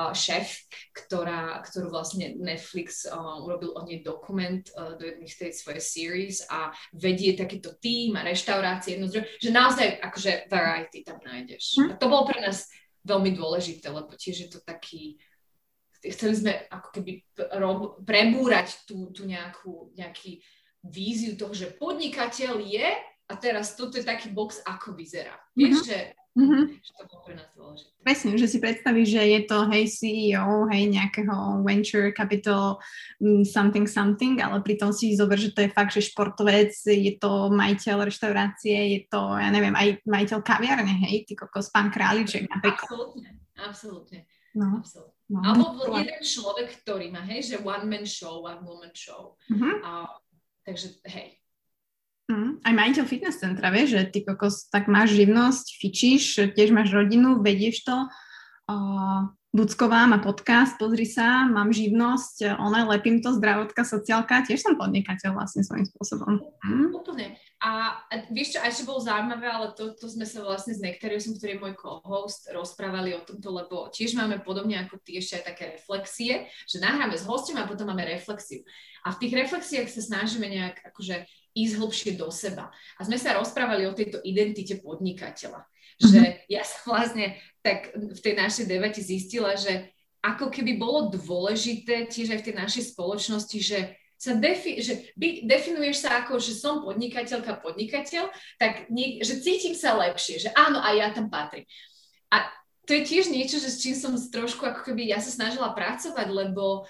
Speaker 4: ktorú vlastne Netflix urobil o nej dokument do jedných tej svojej series a vedie takýto tím a reštaurácie, že naozaj akože variety tam nájdeš. A to bolo pre nás veľmi dôležité, lebo tiež je to taký, chceli sme ako keby prebúrať tú nejaký víziu toho, že podnikateľ je a teraz toto je taký box, ako vyzerá. Vieš, že to bolo pre nás dôležité.
Speaker 3: Presne, že si predstavíš, že je to hej CEO, hej nejakého venture capital something, ale pritom si zober, že to je fakt, že športovec, je to majiteľ reštaurácie, je to, ja neviem, aj majiteľ kaviarne, hej, ty kokos, pán Králiček napríklad.
Speaker 4: Absolútne.
Speaker 3: No.
Speaker 4: Alebo jeden človek, ktorý má, hej, že one man show, one woman show. Takže, hej.
Speaker 3: Aj majiteľ fitness centra, vieš, že ty kokos, tak máš živnosť, fičíš, tiež máš rodinu, vedieš to, Bucková má podcast, pozri sa, mám živnosť, lepím to, zdravotka, sociálka, tiež som podnikateľ vlastne svojím spôsobom.
Speaker 4: Úplne. A vieš čo, ešte bolo zaujímavé, ale to sme sa vlastne s Nektariusom, ktorý je môj co-host, rozprávali o tomto, lebo tiež máme podobne ako ty ešte aj také reflexie, že nahráme s hostom a potom máme reflexiu. A v tých reflexiách sa snažíme nejak akože ísť hlbšie do seba. A sme sa rozprávali o tejto identite podnikateľa. Že ja som vlastne tak v tej našej debate zistila, že ako keby bolo dôležité tiež aj v tej našej spoločnosti, že definuješ sa ako, že som podnikateľka, podnikateľ, tak že cítim sa lepšie, že áno, aj ja tam patrím. A to je tiež niečo, že s čím som trošku ako keby ja sa snažila pracovať, lebo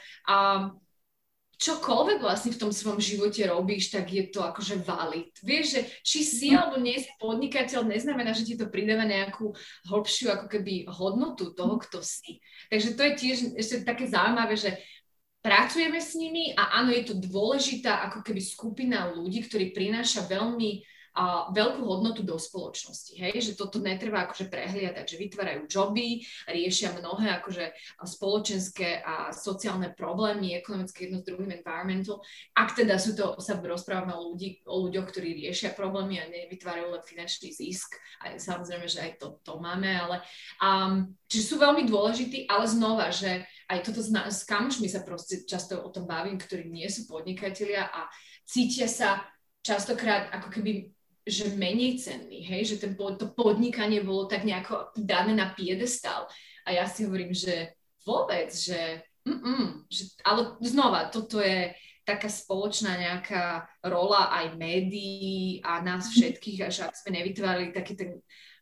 Speaker 4: čokoľvek vlastne v tom svojom živote robíš, tak je to akože valid. Vieš, že či si alebo nie si podnikateľ, neznamená, že ti to pridáva nejakú hlbšiu ako keby hodnotu toho, kto si. Takže to je tiež ešte také zaujímavé, že pracujeme s nimi a áno, je to dôležitá ako keby skupina ľudí, ktorí prináša veľmi veľkú hodnotu do spoločnosti, hej, že toto netreba akože prehliadať, že vytvárajú joby, riešia mnohé akože spoločenské a sociálne problémy, ekonomické jedno s druhým, environmental. Ak teda sa rozprávame o ľuďoch, ktorí riešia problémy a nevytvárajú len finančný zisk, a samozrejme, že aj to máme, ale čiže sú veľmi dôležití, ale znova, že aj toto s kamošmi sa proste často o tom bavím, ktorí nie sú podnikatelia a cítia sa častokrát ako keby že menej cenný, hej, že to podnikanie bolo tak nejako dané na piedestal. A ja si hovorím, že vôbec, že ale znova, toto je taká spoločná nejaká rola aj médií a nás všetkých, že ak sme nevytvárali taký ten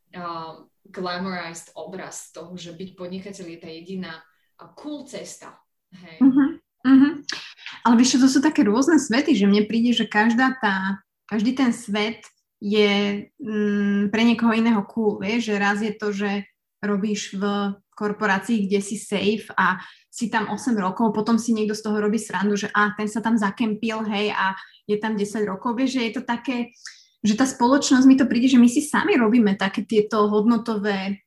Speaker 4: glamorized obraz toho, že byť podnikateľ je tá jediná cool cesta. Hej.
Speaker 3: Ale vieš, to sú také rôzne svety, že mne príde, že každý ten svet je pre niekoho iného cool, vieš, že raz je to, že robíš v korporácii, kde si safe a si tam 8 rokov, potom si niekto z toho robí srandu, že ten sa tam zakempil, hej, a je tam 10 rokov, vieš, že je to také, že tá spoločnosť, mi to príde, že my si sami robíme také tieto hodnotové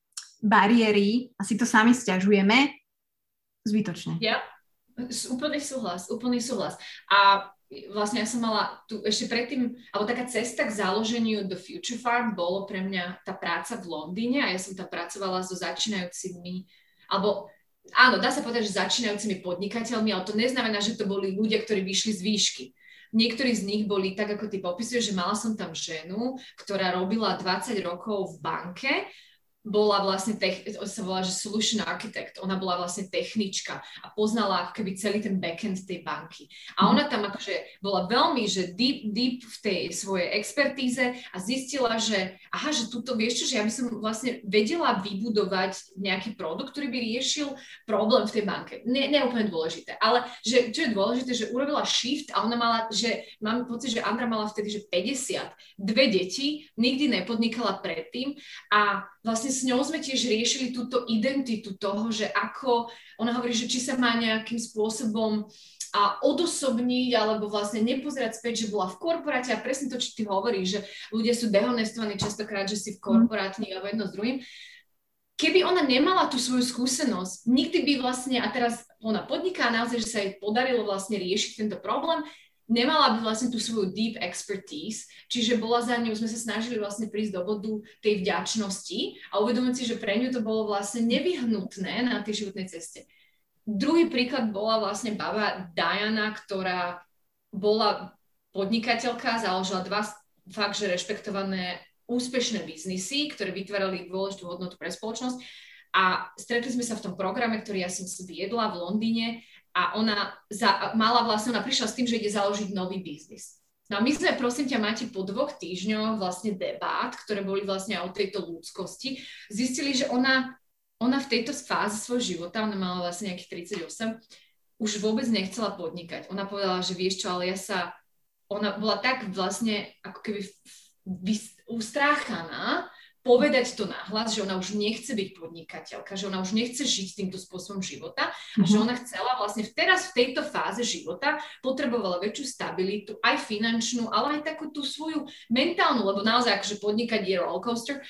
Speaker 3: bariéry a si to sami sťažujeme zbytočne.
Speaker 4: Ja, úplný súhlas. A vlastne ja som mala tu ešte predtým, alebo taká cesta k založeniu The Future Farm bolo pre mňa tá práca v Londýne a ja som tam pracovala so začínajúcimi, alebo áno, dá sa povedať, že začínajúcimi podnikateľmi, ale to neznamená, že to boli ľudia, ktorí vyšli z výšky. Niektorí z nich boli tak, ako ty popisuješ, že mala som tam ženu, ktorá robila 20 rokov v banke, bola vlastne, sa volá, že solution architect, ona bola vlastne technička a poznala ako keby celý ten backend tej banky. A ona tam akože bola veľmi, že deep v tej svojej expertíze a zistila, že že tuto vieš čo, že ja by som vlastne vedela vybudovať nejaký produkt, ktorý by riešil problém v tej banke. Nie úplne dôležité, ale že, čo je dôležité, že urobila shift a ona mala, že mám pocit, že Andra mala vtedy, že 50, 2 deti, nikdy nepodnikala predtým a vlastne s ňou sme tiež riešili túto identitu toho, že ako, ona hovorí, že či sa má nejakým spôsobom odosobniť, alebo vlastne nepozerať späť, že bola v korporáte a presne to, čo ty hovoríš, že ľudia sú dehonestovaní častokrát, že si v korporátni alebo jedno s druhým. Keby ona nemala tú svoju skúsenosť, nikdy by vlastne, a teraz ona podniká naozaj, že sa jej podarilo vlastne riešiť tento problém, nemala by vlastne tú svoju deep expertise, čiže bola za ňou, sme sa snažili vlastne prísť do bodu tej vďačnosti a uvedomiť si, že pre ňu to bolo vlastne nevyhnutné na tej životnej ceste. Druhý príklad bola vlastne baba Diana, ktorá bola podnikateľka, založila 2 fakt, že rešpektované úspešné biznisy, ktoré vytvárali dôležitú hodnotu pre spoločnosť a stretli sme sa v tom programe, ktorý ja som si viedla v Londýne. A ona prišla s tým, že ide založiť nový biznis. No a my sme, prosím ťa, Mati, po 2 týždňoch vlastne debát, ktoré boli vlastne o tejto ľudskosti, zistili, že ona v tejto fáze svojho života, ona mala vlastne nejakých 38, už vôbec nechcela podnikať. Ona povedala, že vieš čo, ale ona bola tak vlastne ako keby ustráchaná, povedať to nahlas, že ona už nechce byť podnikateľka, že ona už nechce žiť týmto spôsobom života a že ona chcela vlastne teraz v tejto fáze života potrebovala väčšiu stabilitu, aj finančnú, ale aj takú tú svoju mentálnu, lebo naozaj akože podnikať je rollercoaster.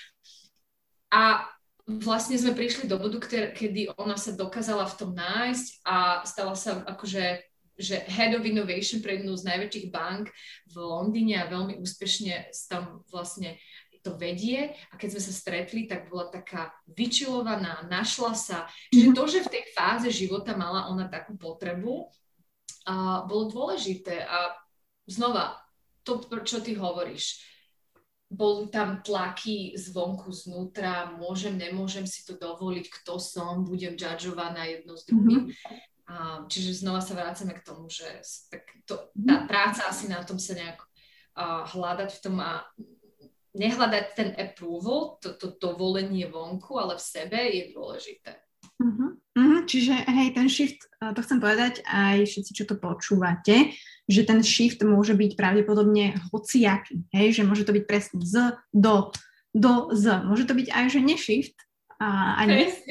Speaker 4: A vlastne sme prišli do bodu, kedy ona sa dokázala v tom nájsť a stala sa akože že Head of Innovation pre jednu z najväčších bank v Londýne a veľmi úspešne tam vlastne to vedie a keď sme sa stretli, tak bola taká vyčilovaná, našla sa. Čiže to, že v tej fáze života mala ona takú potrebu, bolo dôležité. A znova, to, čo ty hovoríš. Boli tam tlaky zvonku, znútra, môžem, nemôžem si to dovoliť, kto som, budem judžovaná jedno s druhým. Čiže znova sa vrácame k tomu, že tá práca asi na tom sa nejak hľadať v tom a nehľadať ten approval, to dovolenie vonku, ale v sebe je dôležité.
Speaker 3: Čiže hej, ten shift, to chcem povedať aj všetci, čo to počúvate, že ten shift môže byť pravdepodobne hociaký, hej, že môže to byť presne z, do, z. Môže to byť aj, že ne-shift a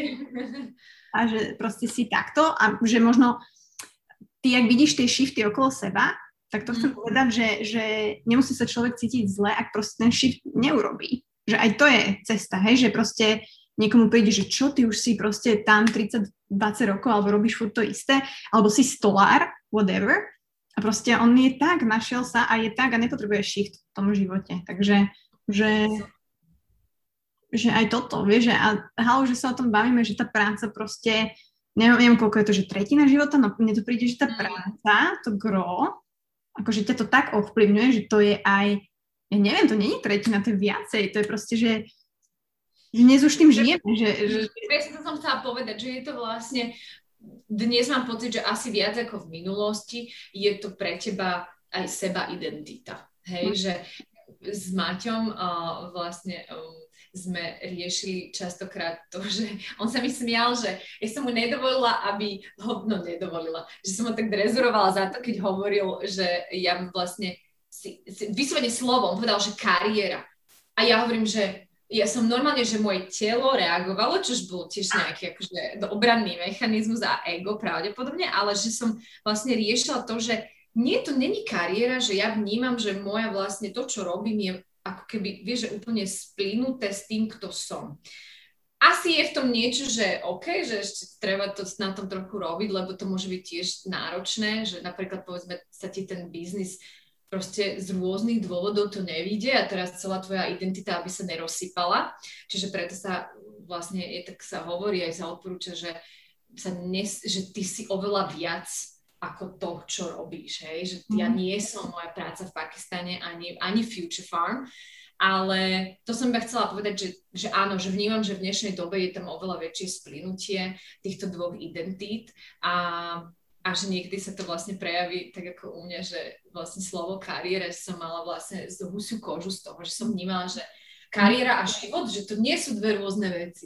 Speaker 3: že proste si takto a že možno ty, ak vidíš tie shifty okolo seba, tak to chcem povedať, že nemusí sa človek cítiť zle, ak proste ten shift neurobí. Že aj to je cesta, hej, že proste niekomu príde, že čo, ty už si proste tam 30-20 rokov, alebo robíš furt to isté, alebo si stolár, whatever, a proste on je tak, našiel sa a je tak a nepotrebuje shift v tom živote. Takže, že aj toto, vieš, že sa o tom bavíme, že tá práca proste, neviem koľko je to, že tretina života, no mne to príde, že tá práca, to gro, akože ťa to tak ovplyvňuje, že to je aj, ja neviem, to nie je tretina, to je viacej, to je proste, že dnes už tým žijeme.
Speaker 4: Presne to som chcela povedať, že je to vlastne, dnes mám pocit, že asi viac ako v minulosti je to pre teba aj seba identita. Hej, že s Maťom vlastne sme riešili častokrát to, že on sa mi smial, že ja som mu nedovolila, že som ho tak drezurovala za to, keď hovoril, že ja vlastne vyslovene slovom povedal, že kariéra. A ja hovorím, že ja som normálne, že moje telo reagovalo, čož bol tiež nejaký akože obranný mechanizmus a ego pravdepodobne, ale že som vlastne riešila to, že nie, to není kariéra, že ja vnímam, že moja vlastne to, čo robím, je ako keby, vieš, že úplne splynuté s tým, kto som. Asi je v tom niečo, že OK, že ešte treba to na tom trochu robiť, lebo to môže byť tiež náročné, že napríklad povedzme sa ti ten biznis proste z rôznych dôvodov to nevíde a teraz celá tvoja identita, aby sa nerozsypala. Čiže preto sa vlastne, tak sa hovorí, aj sa odporúča, že ty si oveľa viac ako to, čo robíš, hej? Že ja nie som moja práca v Pakistane ani Future Farm, ale to som iba chcela povedať, že áno, že vnímam, že v dnešnej dobe je tam oveľa väčšie splynutie týchto dvoch identít a že niekedy sa to vlastne prejaví tak ako u mňa, že vlastne slovo kariéra som mala vlastne z husiu kožu z toho, že som vnímala, že kariéra a život, že to nie sú dve rôzne veci.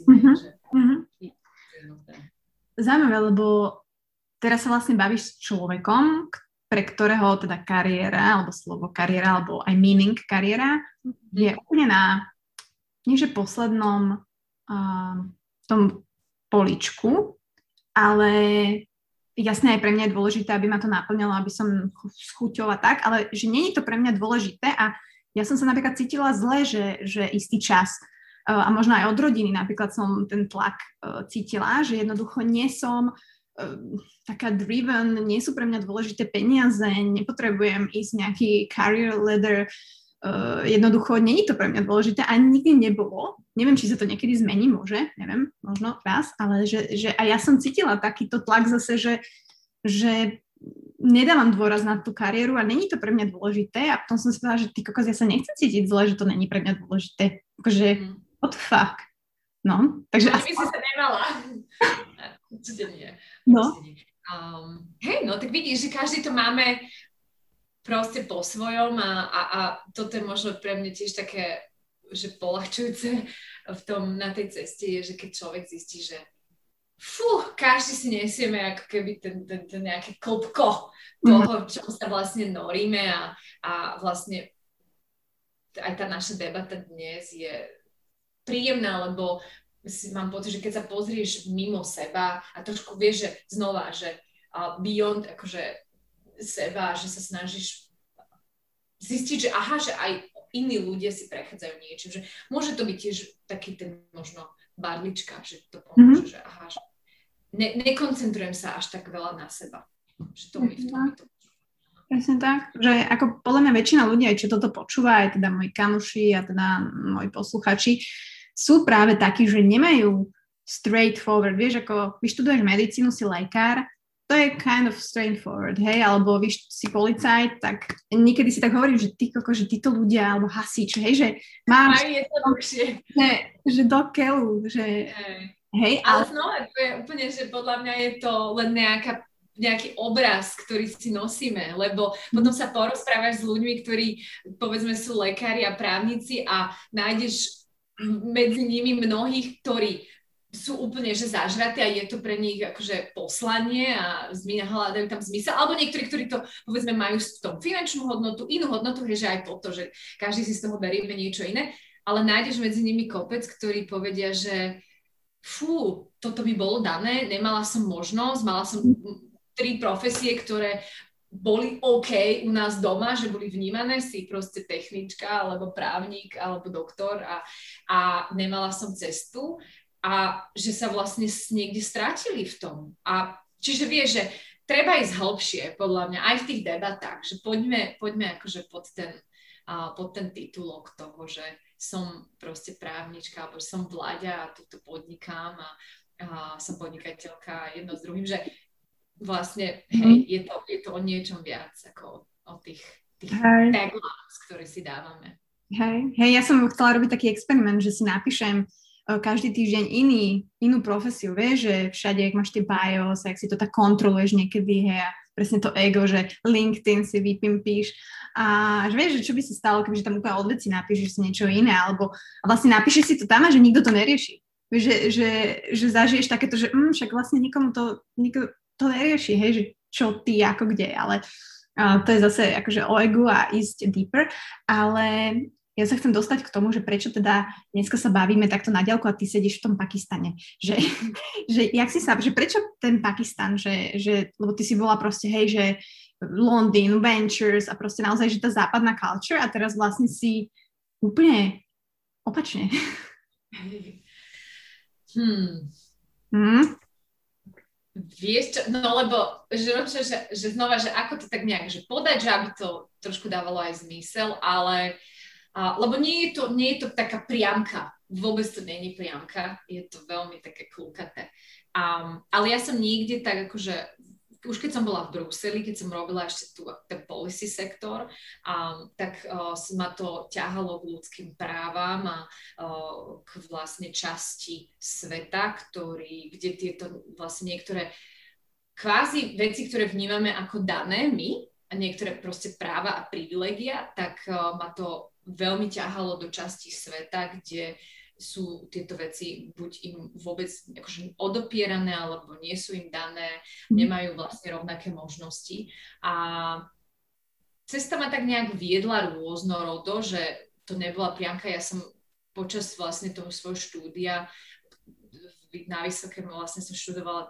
Speaker 3: Zaujímavé, lebo teraz sa vlastne bavíš s človekom, pre ktorého teda kariéra, alebo slovo kariéra, alebo aj meaning kariéra je úplne nie že poslednom tom poličku, ale jasne aj pre mňa je dôležité, aby ma to naplňalo, aby som schuťovala tak, ale že nie je to pre mňa dôležité a ja som sa napríklad cítila zle, že istý čas a možno aj od rodiny napríklad som ten tlak cítila, že jednoducho nie som taká driven, nie sú pre mňa dôležité peniaze, nepotrebujem ísť nejaký career ladder, jednoducho nie je to pre mňa dôležité a nikdy nebolo. Neviem, či sa to niekedy zmení, neviem, možno raz, ale že aj ja som cítila takýto tlak zase, že nedávam dôraz na tú kariéru a není to pre mňa dôležité a potom som si povedala, že ty kokos, ja sa nechcem cítiť zle, že to není pre mňa dôležité. Akože, what the fuck? No, takže...
Speaker 4: By si sa nemala. Určite nie.
Speaker 3: No.
Speaker 4: Hej, no tak vidíš, že každý to máme proste po svojom a toto je možno pre mňa tiež také, že poľahčujúce na tej ceste je, že keď človek zistí, že každý si nesieme ako keby ten nejaké klopko toho, čo sa vlastne noríme a vlastne aj tá naša debata dnes je príjemná, lebo mám pocit, že keď sa pozrieš mimo seba a trošku vieš, že znova, že beyond akože seba, že sa snažíš zistiť, že aha, že aj iní ľudia si prechádzajú niečím, že môže to byť tiež taký ten možno barlička, že to pomôže, že aha, že nekoncentrujem sa až tak veľa na seba, že to mi v tom je to.
Speaker 3: Presne tak, že ako podľa mňa väčšina ľudí, aj čo toto počúva, aj teda moji kamoši a teda moji posluchači, sú práve takí, že nemajú straightforward, vieš, ako vyštuduješ medicínu, si lekár to je kind of straightforward, hej, alebo víš, si policajt, tak niekedy si tak hovorím, že ty koko, že títo ľudia, alebo hasič, hej, že máš...
Speaker 4: Aj je to dlhšie.
Speaker 3: Že do keľu, že... Hej,
Speaker 4: ale znova, to je úplne, že podľa mňa je to len nejaký obraz, ktorý si nosíme, lebo potom sa porozprávaš s ľuďmi, ktorí, povedzme, sú lekári a právnici a nájdeš medzi nimi mnohých, ktorí sú úplne, že zažratí a je to pre nich akože poslanie a hľadajú tam zmysel. Alebo niektorí, ktorí to, povedzme, majú v tom finančnú hodnotu, inú hodnotu, že aj toto, že každý si z toho berieme niečo iné, ale nájdeš medzi nimi kopec, ktorí povedia, že fú, toto by bolo dané, nemala som možnosť, mala som 3 profesie, ktoré boli OK u nás doma, že boli vnímané, si proste technička, alebo právnik, alebo doktor a nemala som cestu. A že sa vlastne niekde strátili v tom. A čiže vieš, že treba ísť hlbšie, podľa mňa, aj v tých debatách, že poďme akože pod ten titulok toho, že som proste právnička, alebo som Vlaďa a tuto podnikám a som podnikateľka jedno s druhým, že vlastne, hej, je to o niečom viac, ako o tých taglines, ktoré si dávame.
Speaker 3: Hej, ja som chcela robiť taký experiment, že si napíšem každý týždeň inú profesiu, vieš, že všade, ak máš tie bios, ak si to tak kontroluješ niekedy, hej, a presne to ego, že LinkedIn si vypimpíš a že vieš, že čo by sa stalo, kebyže tam úplne od veci napíšeš si niečo iné, alebo a vlastne napíšeš si to tam a že nikto to nerieši. Vieš, že zažiješ takéto, že však vlastne nikto to nerieši, hej, že čo ty, ako kde, ale to je zase akože o egu a ísť deeper, ale ja sa chcem dostať k tomu, že prečo teda dneska sa bavíme takto na diaľku a ty sedíš v tom Pakistane. Že prečo ten Pakistan, že lebo ty si bola proste, hej, že Londýn, Ventures a proste naozaj, že tá západná culture a teraz vlastne si úplne opačne.
Speaker 4: Vieš čo, no lebo, že znova, že ako to tak nejak, že podať, že aby to trošku dávalo aj zmysel, ale lebo nie je to taká priamka, vôbec to nie je priamka, je to veľmi také klúkaté. Ale ja som niekde tak akože, už keď som bola v Bruseli, keď som robila ešte ten policy sektor, tak ma to ťahalo k ľudským právam a k vlastne časti sveta, kde tieto vlastne niektoré kvázi veci, ktoré vnímame ako dané my, a niektoré proste práva a privilégia, tak ma to veľmi ťahalo do časti sveta, kde sú tieto veci buď im vôbec akože odopierané, alebo nie sú im dané, nemajú vlastne rovnaké možnosti. A cesta ma tak nejak viedla rôznorodo, že to nebola priamka. Ja som počas vlastne toho svojho štúdia na vysoké vlastne som študovala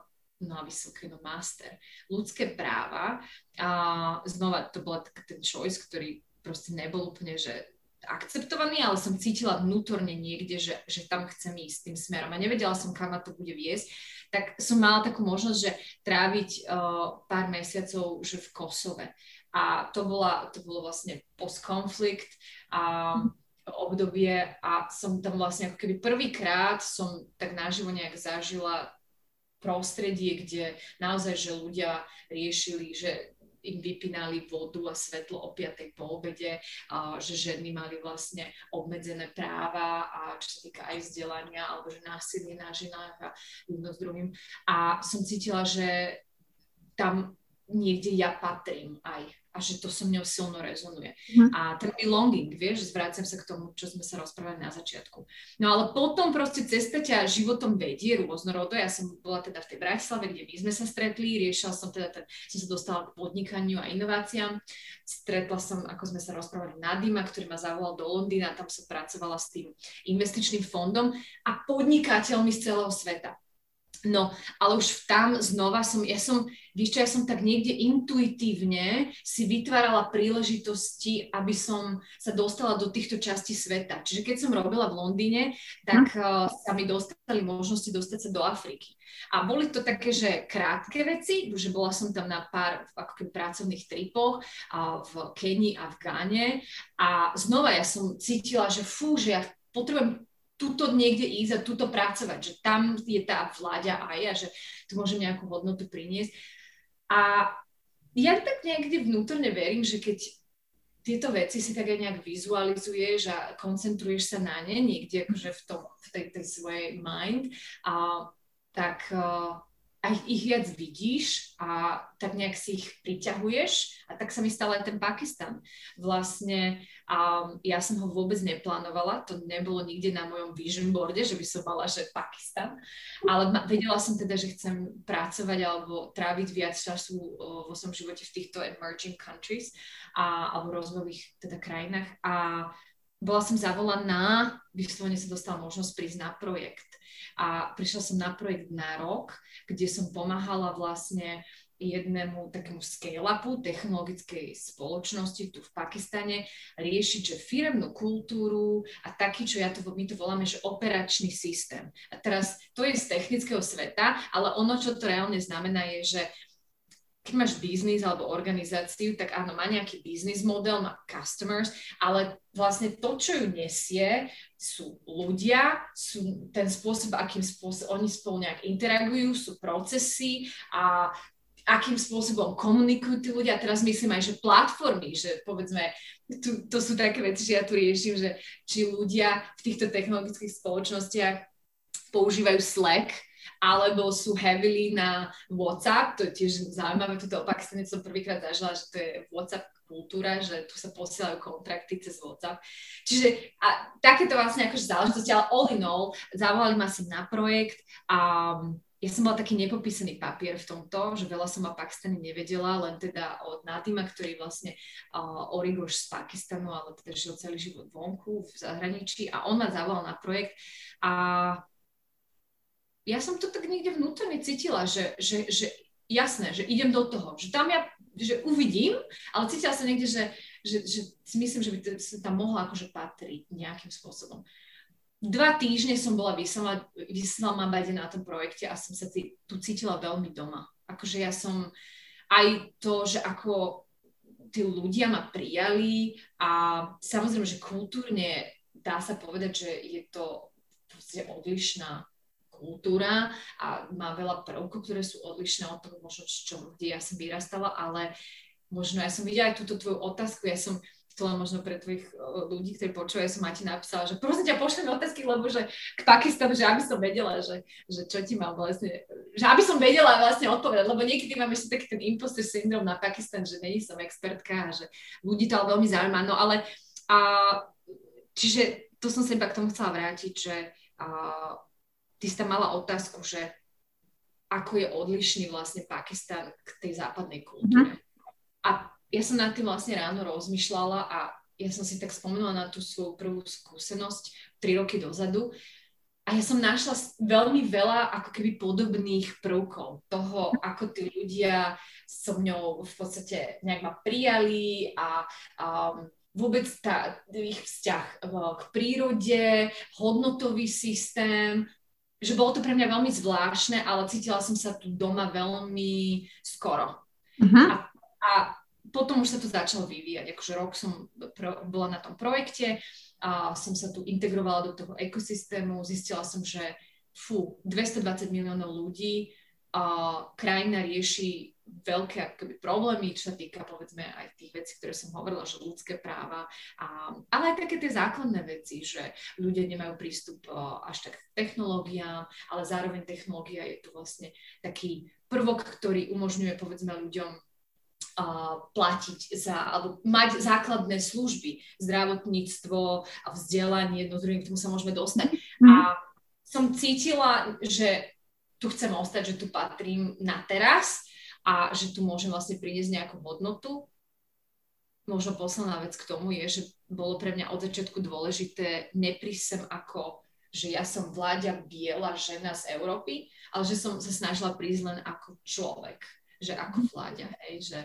Speaker 4: master ľudské práva a znova to bola ten choice, ktorý proste nebol úplne, že akceptovaný, ale som cítila vnútorne niekde, že tam chcem ísť tým smerom a nevedela som, kam ma to bude viesť, tak som mala takú možnosť, že tráviť pár mesiacov že v Kosove a to bolo vlastne post-konflikt a obdobie a som tam vlastne ako keby prvýkrát som tak naživo nejak zažila prostredie, kde naozaj, že ľudia riešili, že im vypínali vodu a svetlo o 5:00 po obede, že ženy mali vlastne obmedzené práva a čo sa týka aj vzdelania, alebo že násilie na ženách a jedno s druhým. A som cítila, že tam niekde ja patrím aj a že to so mňou silno rezonuje. A ten belonging, vieš, zvrácam sa k tomu, čo sme sa rozprávali na začiatku. No ale potom proste cesta ťa životom vedie rôznorodo. Ja som bola teda v tej Bratislave, kde my sme sa stretli, riešila som teda, som sa dostala k podnikaniu a inováciám. Stretla som, ako sme sa rozprávali, Nadima, ktorý ma zavolal do Londýna, tam som pracovala s tým investičným fondom a podnikateľmi z celého sveta. No, ale už tam znova ja som tak niekde intuitívne si vytvárala príležitosti, aby som sa dostala do týchto častí sveta. Čiže keď som robila v Londýne, tak sa mi dostali možnosti dostať sa do Afriky. A boli to také, že krátke veci, že bola som tam na pár ako keby pracovných tripoch v Kenii a v Ghane a znova ja som cítila, že že ja potrebujem tuto niekde ísť a tuto pracovať, že tam je tá Vláďa aj a že tu môžem nejakú hodnotu priniesť. A ja tak niekde vnútorne verím, že keď tieto veci si tak aj nejak vizualizuješ a koncentruješ sa na ne niekde akože v tej svojej mind, tak aj ich viac vidíš a tak nejak si ich priťahuješ a tak sa mi stal aj ten Pakistan. Vlastne ja som ho vôbec neplánovala, to nebolo nikde na mojom vision boarde, že by som mala, že Pakistan, ale vedela som teda, že chcem pracovať alebo tráviť viac času vo svojom živote v týchto emerging countries alebo rozvojových teda krajinách a bola som zavolaná, vyslovene sa dostala možnosť prísť na projekt. A prišla som na projekt na rok, kde som pomáhala vlastne jednému takému scale-upu technologickej spoločnosti tu v Pakistane riešiť, že firemnú kultúru a taký, čo my to voláme, že operačný systém. A teraz to je z technického sveta, ale ono, čo to reálne znamená, je, že keď máš biznis alebo organizáciu, tak áno, má nejaký biznis model, má customers, ale vlastne to, čo ju nesie, sú ľudia, sú ten spôsob, akým oni spolu nejak interagujú, sú procesy a akým spôsobom komunikujú tí ľudia. Teraz myslím aj, že platformy, že povedzme, to sú také veci, že ja tu riešim, že či ľudia v týchto technologických spoločnostiach používajú Slack, alebo sú heavily na WhatsApp, to je tiež zaujímavé, tuto o Pakistane som prvýkrát zažila, že to je WhatsApp kultúra, že tu sa posielajú kontrakty cez WhatsApp. Čiže takéto vlastne akože záležitosti, ale all in all, zavolali ma si na projekt a ja som bola taký nepopísaný papier v tomto, že veľa som o Pakistane nevedela, len teda od Nadima, ktorý vlastne origoš z Pakistanu, ale teda žil celý život vonku, v zahraničí a on ma zavolal na projekt a ja som to tak niekde vnútorne cítila, že jasné, že idem do toho, že tam že uvidím, ale cítila som niekde, že si myslím, že by to tam mohla akože patriť nejakým spôsobom. 2 týždne som bola vyslaná na tom projekte a som sa tu cítila veľmi doma. Akože ja som aj to, že ako tí ľudia ma prijali a samozrejme, že kultúrne dá sa povedať, že je to odlišná kultúra a má veľa prvkov, ktoré sú odlišné od toho možno, kde ja som vyrastala, ale možno ja som videla aj túto tvoju otázku, ja som chcela možno pre tvojich ľudí, ktorí počúvajú, ja som Mati napísala, že prosím ťa, pošlem otázky, lebo že k Pakistanu, že aby som vedela, že čo ti mám vlastne, že aby som vedela vlastne odpovedať, lebo niekedy mám ešte taký ten imposter syndrom na Pakistan, že není som expertka a že ľudí to ale veľmi zaujíma, no ale čiže tu som sa iba k tomu chcela vrátiť, že ty si tam mala otázku, že ako je odlišný vlastne Pakistan k tej západnej kultúre. A ja som nad tým vlastne ráno rozmýšľala a ja som si tak spomenula na tú svoju prvú skúsenosť 3 roky dozadu a ja som našla veľmi veľa ako keby podobných prvkov toho, ako tí ľudia so mňou v podstate nejak ma prijali a vôbec ich vzťah k prírode, hodnotový systém, že bolo to pre mňa veľmi zvláštne, ale cítila som sa tu doma veľmi skoro. A potom už sa to začalo vyvíjať. Akože rok som bola na tom projekte a som sa tu integrovala do toho ekosystému. Zistila som, že 220 miliónov ľudí, krajina rieši veľké akoby problémy, čo sa týka povedzme aj tých vecí, ktoré som hovorila, že ľudské práva, ale aj také tie základné veci, že ľudia nemajú prístup až tak k technológiám, ale zároveň technológia je tu vlastne taký prvok, ktorý umožňuje povedzme ľuďom platiť alebo mať základné služby, zdravotníctvo a vzdelanie, k tomu sa môžeme dostať. A som cítila, že tu chcem ostať, že tu patrím na teraz, a že tu môžem vlastne priniesť nejakú hodnotu. Možno posledná vec k tomu je, že bolo pre mňa od začiatku dôležité neprísť sem ako, že ja som Vláďa biela žena z Európy, ale že som sa snažila prísť len ako človek, že ako Vláďa, hej, že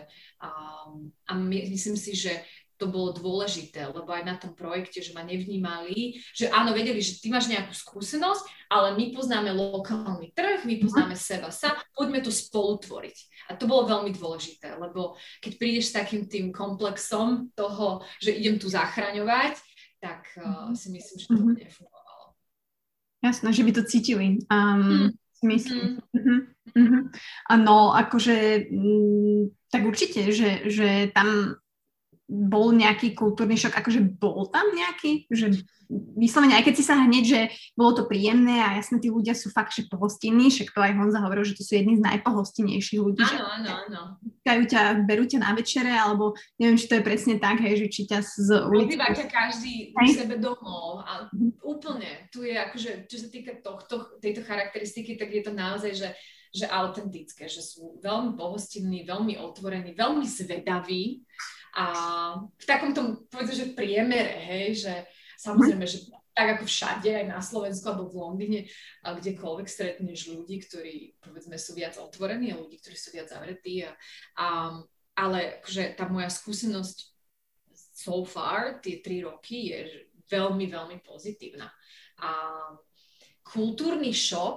Speaker 4: myslím si, že to bolo dôležité, lebo aj na tom projekte, že ma nevnímali, že áno, vedeli, že ty máš nejakú skúsenosť, ale my poznáme lokálny trh, my poznáme seba sa, poďme to spolu tvoriť. A to bolo veľmi dôležité, lebo keď prídeš s takým tým komplexom toho, že idem tu zachraňovať, tak si myslím, že to nefungovalo.
Speaker 3: Jasné, že by to cítili. Myslím. No, akože, tak určite, že tam bol nejaký kultúrny šok, akože bol tam nejaký, že vyslovene, aj keď si sa hneď, že bolo to príjemné a jasne, tí ľudia sú fakt, že pohostinní, však to aj Honza hovoril, že to sú jedni z najpohostinnejších ľudí.
Speaker 4: Áno.
Speaker 3: Berú ťa na večere, alebo neviem, či to je presne tak, hej, že či ťa z ulici...
Speaker 4: Pozýva ťa každý u sebe domov a úplne, tu je akože, čo sa týka tejto charakteristiky, tak je to naozaj, že autentické, že sú veľmi pohostinní, veľmi otvorení, veľmi zvedaví a v takomto, povedzme, že priemere, hej, že samozrejme, že tak ako všade, aj na Slovensku alebo v Londýne, a kdekoľvek stretneš ľudí, ktorí, povedzme, sú viac otvorení a ľudí, ktorí sú viac zavretí. Ale akože tá moja skúsenosť so far, tie 3 roky, je veľmi, veľmi pozitívna. A kultúrny šok,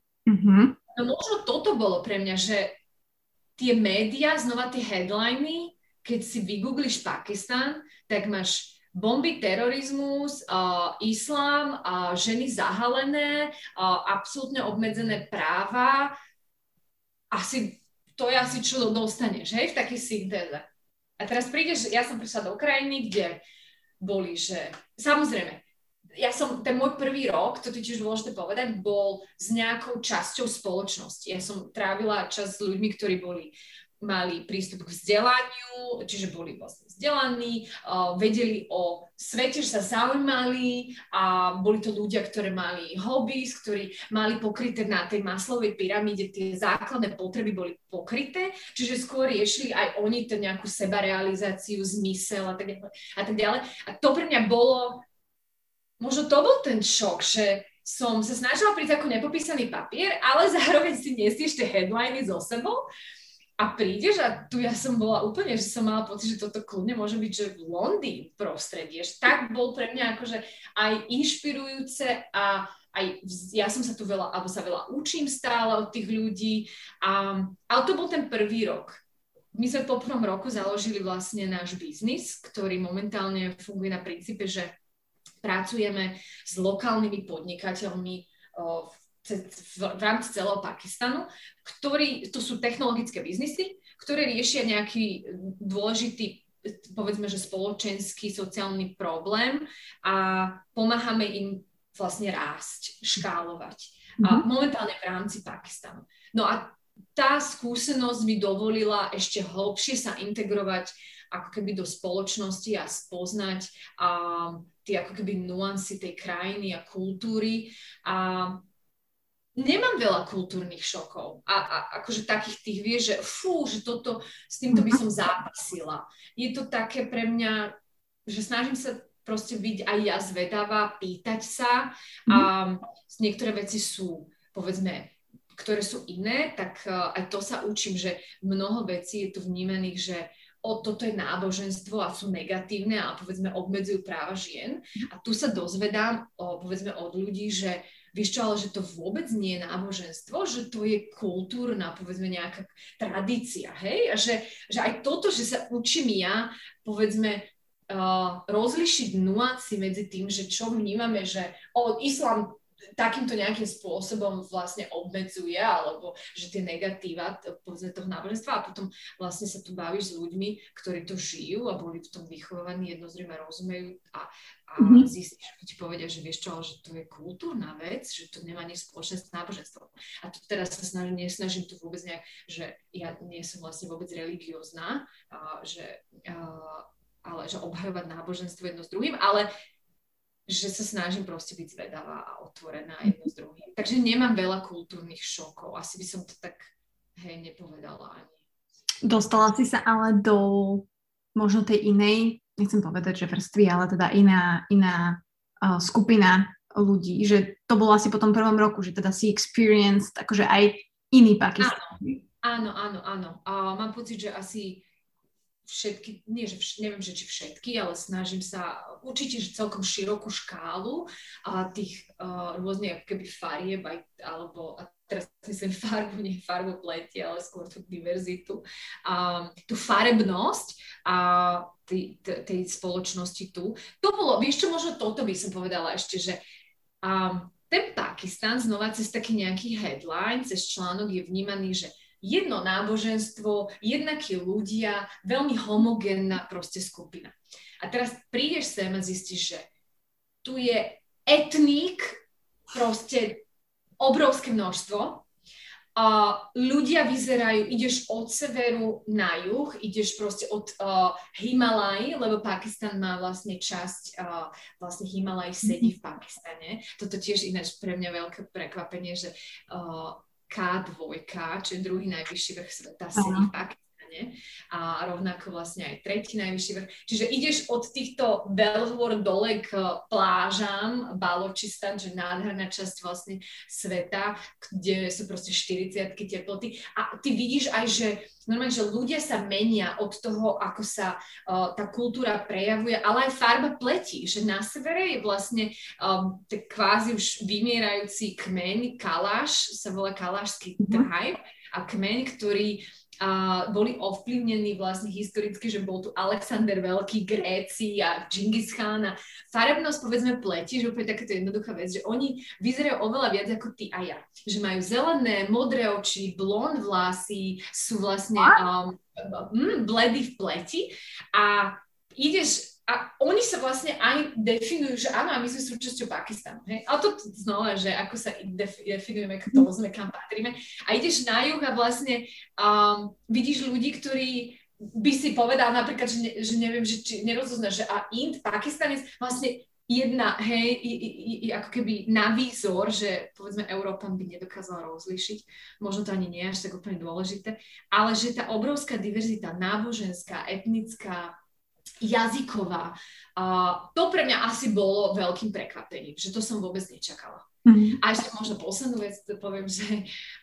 Speaker 4: no možno toto bolo pre mňa, že tie médiá, znova tie headliny, keď si vygoogliš Pakistan, tak máš bomby, terorizmus, islám, ženy zahalené, absolútne obmedzené práva. To je asi čo dostaneš, hej, v takej syntéze. A teraz prídeš, ja som prišla do krajiny, kde boli, že samozrejme, ten môj prvý rok, to tiež dôležité povedať, bol s nejakou časťou spoločnosti. Ja som trávila čas s ľuďmi, ktorí mali prístup k vzdelaniu, čiže boli vlastne vzdelaní, vedeli o svete, že sa zaujímali a boli to ľudia, ktorí mali hobbies, ktorí mali pokryté na tej Maslowovej pyramíde, tie základné potreby boli pokryté, čiže skôr riešili aj oni to nejakú sebarealizáciu, zmysel a tak ďalej. A to pre mňa bolo, možno to bol ten šok, že som sa snažila prísť ako nepopísaný papier, ale zároveň si nesieš tie headliny so sebou. A prídeš a tu ja som bola úplne, že som mala pocit, že toto kľudne môže byť, že v Londýn prostredie. Tak bol pre mňa akože aj inšpirujúce a aj ja som sa tu veľa učím stále od tých ľudí. Ale to bol ten prvý rok. My sme po prvom roku založili vlastne náš biznis, ktorý momentálne funguje na princípe, že pracujeme s lokálnymi podnikateľmi v rámci celého Pakistanu, to sú technologické biznisy, ktoré riešia nejaký dôležitý, povedzme, že spoločenský, sociálny problém a pomáhame im vlastne rásť, škálovať. A momentálne v rámci Pakistanu. No a tá skúsenosť mi dovolila ešte hlbšie sa integrovať ako keby do spoločnosti a spoznať tie ako keby nuancy tej krajiny a kultúry. Nemám veľa kultúrnych šokov a akože takých tých, vieš, že že s týmto by som zápasila. Je to také pre mňa, že snažím sa proste byť aj ja zvedavá, pýtať sa a niektoré veci sú, povedzme, ktoré sú iné, tak aj to sa učím, že mnoho vecí je tu vnímaných, že toto je náboženstvo a sú negatívne a povedzme obmedzujú práva žien. A tu sa dozvedám povedzme od ľudí, že vieš čo, ale že to vôbec nie je náboženstvo, že to je kultúrna, povedzme, nejaká tradícia, hej? A že aj toto, že sa učím ja, povedzme, rozlišiť nuancy medzi tým, že čo vnímame, že islám takýmto nejakým spôsobom vlastne obmedzuje, alebo že tie negatíva, povedzme, toho náboženstva a potom vlastne sa tu bavíš s ľuďmi, ktorí to žijú a boli v tom vychovaní, jednozrejme rozumejú a zistíš, že ti povedia, že vieš čo, ale že to je kultúrna vec, že to nemá nič spoločné s náboženstvom. A tu teraz sa nesnažím tu vôbec nejak, že ja nie som vlastne vôbec religiózna, ale že obhajovať náboženstvo jedno s druhým, ale že sa snažím proste byť zvedavá a otvorená jedno s druhým. Takže nemám veľa kultúrnych šokov. Asi by som to tak, nepovedala ani.
Speaker 3: Dostala si sa ale do možno tej inej, nechcem povedať, že vrstvy, ale teda iná skupina ľudí, že to bolo asi po tom prvom roku, že teda si experienced akože aj iný Pakistan.
Speaker 4: Áno. Mám pocit, že asi všetky, neviem, že či všetky, ale snažím sa určite, že celkom širokú škálu tých rôznych ako keby farieb, alebo a teraz myslím nie farbu pleti, ale skôr tú diverzitu, tú farebnosť tej spoločnosti tu. To bolo, vieš čo, možno toto by som povedala ešte, že ten Pakistan znova cez taký nejaký headline, cez článok je vnímaný, že jedno náboženstvo, jednakí ľudia, veľmi homogénna proste skupina. A teraz prídeš sem a zistíš, že tu je etník, proste obrovské množstvo. Ľudia vyzerajú, ideš od severu na juh, ideš proste od Himalají, lebo Pakistan má vlastne časť, vlastne Himalají sedí v Pakistane. Toto tiež ináč pre mňa veľké prekvapenie, že K2, čo je druhý najvyšší vrch sveta, sedí v Pakistane. A rovnako vlastne aj tretí najvyšší vrch. Čiže ideš od týchto veľhôr dole k plážam, Baločistan, že nádherná časť vlastne sveta, kde sú proste 40-ky teploty. A ty vidíš aj, že normálne, že ľudia sa menia od toho, ako sa tá kultúra prejavuje, ale aj farba pleti, že na severe je vlastne tak kvázi už vymierajúci kmeň, Kalaš, sa volá Kalašský tribe, a kmeň, ktorý boli ovplyvnení vlastne historicky, že bol tu Alexander Veľký, Gréci a Džingis Chán a farebnosť, povedzme, pleti, že úplne takáto jednoduchá vec, že oni vyzerajú oveľa viac ako ty a ja. Že majú zelené, modré oči, blond vlasy, sú vlastne bledí v pleti a ideš. A oni sa vlastne aj definujú, že áno, a my sme súčasťou Pakistanu. Hej? Ale to znova, že ako sa definujeme, kto sme, kam patríme. A ideš na juh a vlastne vidíš ľudí, ktorí by si povedal napríklad, že neviem, že či nerozoznáš, že Pakistanec vlastne jedna, hej, ako keby na výzor, že povedzme Európan by nedokázal rozlíšiť, možno to ani nie je až tak úplne dôležité, ale že tá obrovská diverzita náboženská, etnická, jazyková. To pre mňa asi bolo veľkým prekvapením, že to som vôbec nečakala. A ešte možno poslednú vec, to poviem, že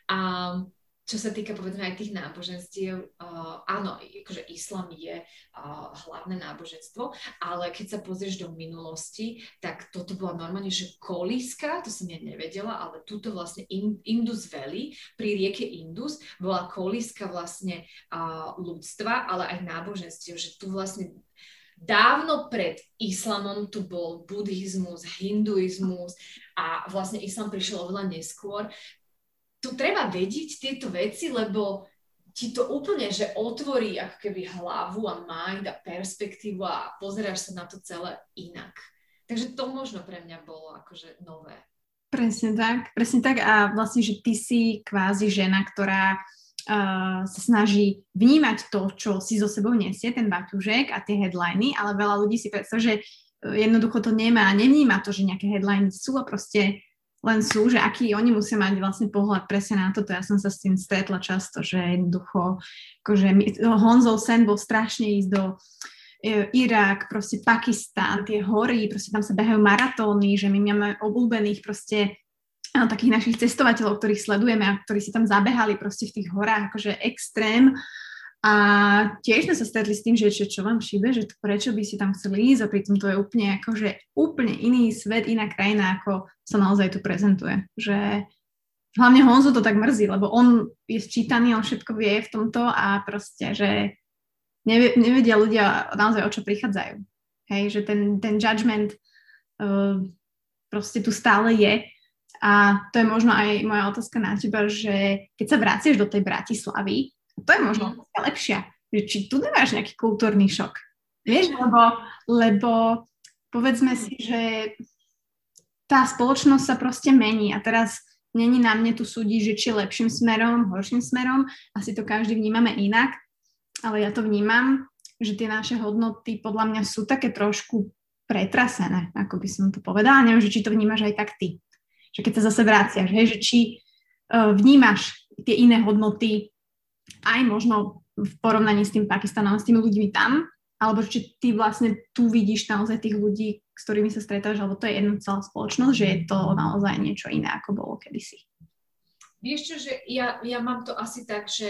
Speaker 4: čo sa týka povedzme aj tých náboženstiev, áno, akože islám je hlavné náboženstvo, ale keď sa pozrieš do minulosti, tak toto bola normálne, že kolíska, to som ja nevedela, ale túto vlastne Indus Valley, pri rieke Indus, bola kolíska vlastne ľudstva, ale aj náboženstiev, že tu vlastne dávno pred islamom tu bol buddhizmus, hinduizmus a vlastne islám prišiel oveľa neskôr. Tu treba vedieť tieto veci, lebo ti to úplne, že otvorí ako keby hlavu a mind a perspektívu a pozeráš sa na to celé inak. Takže to možno pre mňa bolo akože nové.
Speaker 3: Presne tak a vlastne, že ty si kvázi žena, ktorá sa snaží vnímať to, čo si so sebou nesie, ten baťužek a tie headliny, ale veľa ľudí si predstav, že jednoducho to nemá a nevníma to, že nejaké headliny sú a proste len sú, že aký oni musia mať vlastne pohľad presne na toto. Ja som sa s tým stretla často, že jednoducho akože Honzov sen bol strašne ísť do Irak, proste Pakistán, tie hory, proste tam sa behajú maratóny, že my máme obľúbených proste takých našich cestovateľov, ktorých sledujeme a ktorí si tam zabehali proste v tých horách, akože extrém. A tiež sme sa stretli s tým, že čo vám šíbe, že prečo by si tam chceli ísť a pritom to je úplne akože úplne iný svet, iná krajina, ako sa naozaj tu prezentuje. Že hlavne Honzu to tak mrzí, lebo on je sčítaný, on všetko vie v tomto a proste, že nevedia ľudia naozaj o čo prichádzajú. Hej, že ten judgment proste tu stále je. A to je možno aj moja otázka na teba, že keď sa vraciaš do tej Bratislavy, to je možno lepšia, že či tu nemáš nejaký kultúrny šok. Vieš, lebo povedzme si, že tá spoločnosť sa proste mení a teraz není na mne tu súdiť, že či lepším smerom, horším smerom, asi to každý vnímame inak, ale ja to vnímam, že tie naše hodnoty podľa mňa sú také trošku pretrasené, ako by som to povedala. Neviem, že či to vnímaš aj tak ty. Že keď sa zase vraciaš, hej, že či vnímaš tie iné hodnoty aj možno v porovnaní s tým Pakistanom, s tými ľuďmi tam, alebo či ty vlastne tu vidíš naozaj tých ľudí, s ktorými sa stretáš, alebo to je jedna celá spoločnosť, že je to naozaj niečo iné, ako bolo kedysi.
Speaker 4: Vieš čo, že ja mám to asi tak, že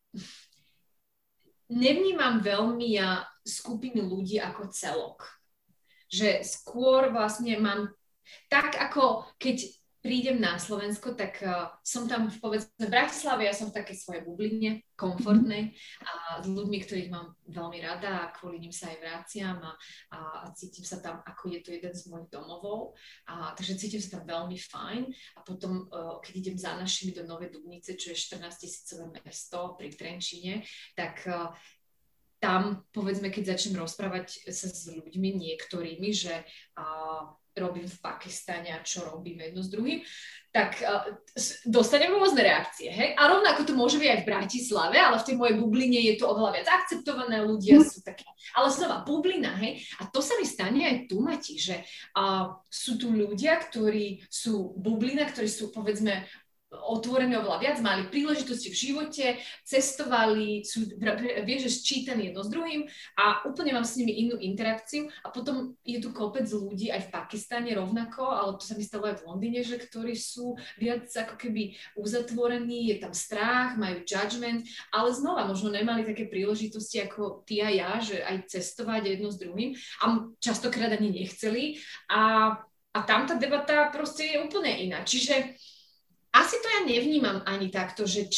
Speaker 4: nevnímam veľmi ja skupiny ľudí ako celok. Že skôr vlastne mám tak, ako keď prídem na Slovensko, tak som tam povedzme v Bratislave, ja som v takej svojej bubline, komfortnej a s ľuďmi, ktorých mám veľmi rada a kvôli nim sa aj vraciam a cítim sa tam, ako je to jeden z mojich domovov. Takže cítim sa tam veľmi fajn a potom, keď idem za našimi do Novej Dubnice, čo je 14 000 mesto pri Trenčíne, tak tam, povedzme, keď začnem rozprávať sa s ľuďmi niektorými, že robím v Pakistane a čo robím jedno s druhým, tak dostanem rôzne reakcie, hej? A rovnako to môže byť aj v Bratislave, ale v tej mojej bubline je to oveľa viac akceptované, ľudia sú takí, ale znova bublina, hej? A to sa mi stane aj tu, Mati, že sú tu ľudia, ktorí sú bublina, ktorí sú, povedzme, otvorení oveľa viac, mali príležitosti v živote, cestovali, sú, vieš, že sčítaní jedno s druhým a úplne mám s nimi inú interakciu a potom je tu kopec ľudí aj v Pakistane rovnako, ale to sa mi stalo aj v Londýne, že ktorí sú viac ako keby uzatvorení, je tam strach, majú judgment, ale znova možno nemali také príležitosti ako ty a ja, že aj cestovať jedno s druhým a častokrát ani nechceli a tam tá debata proste je úplne iná. Čiže asi to ja nevnímam ani takto, že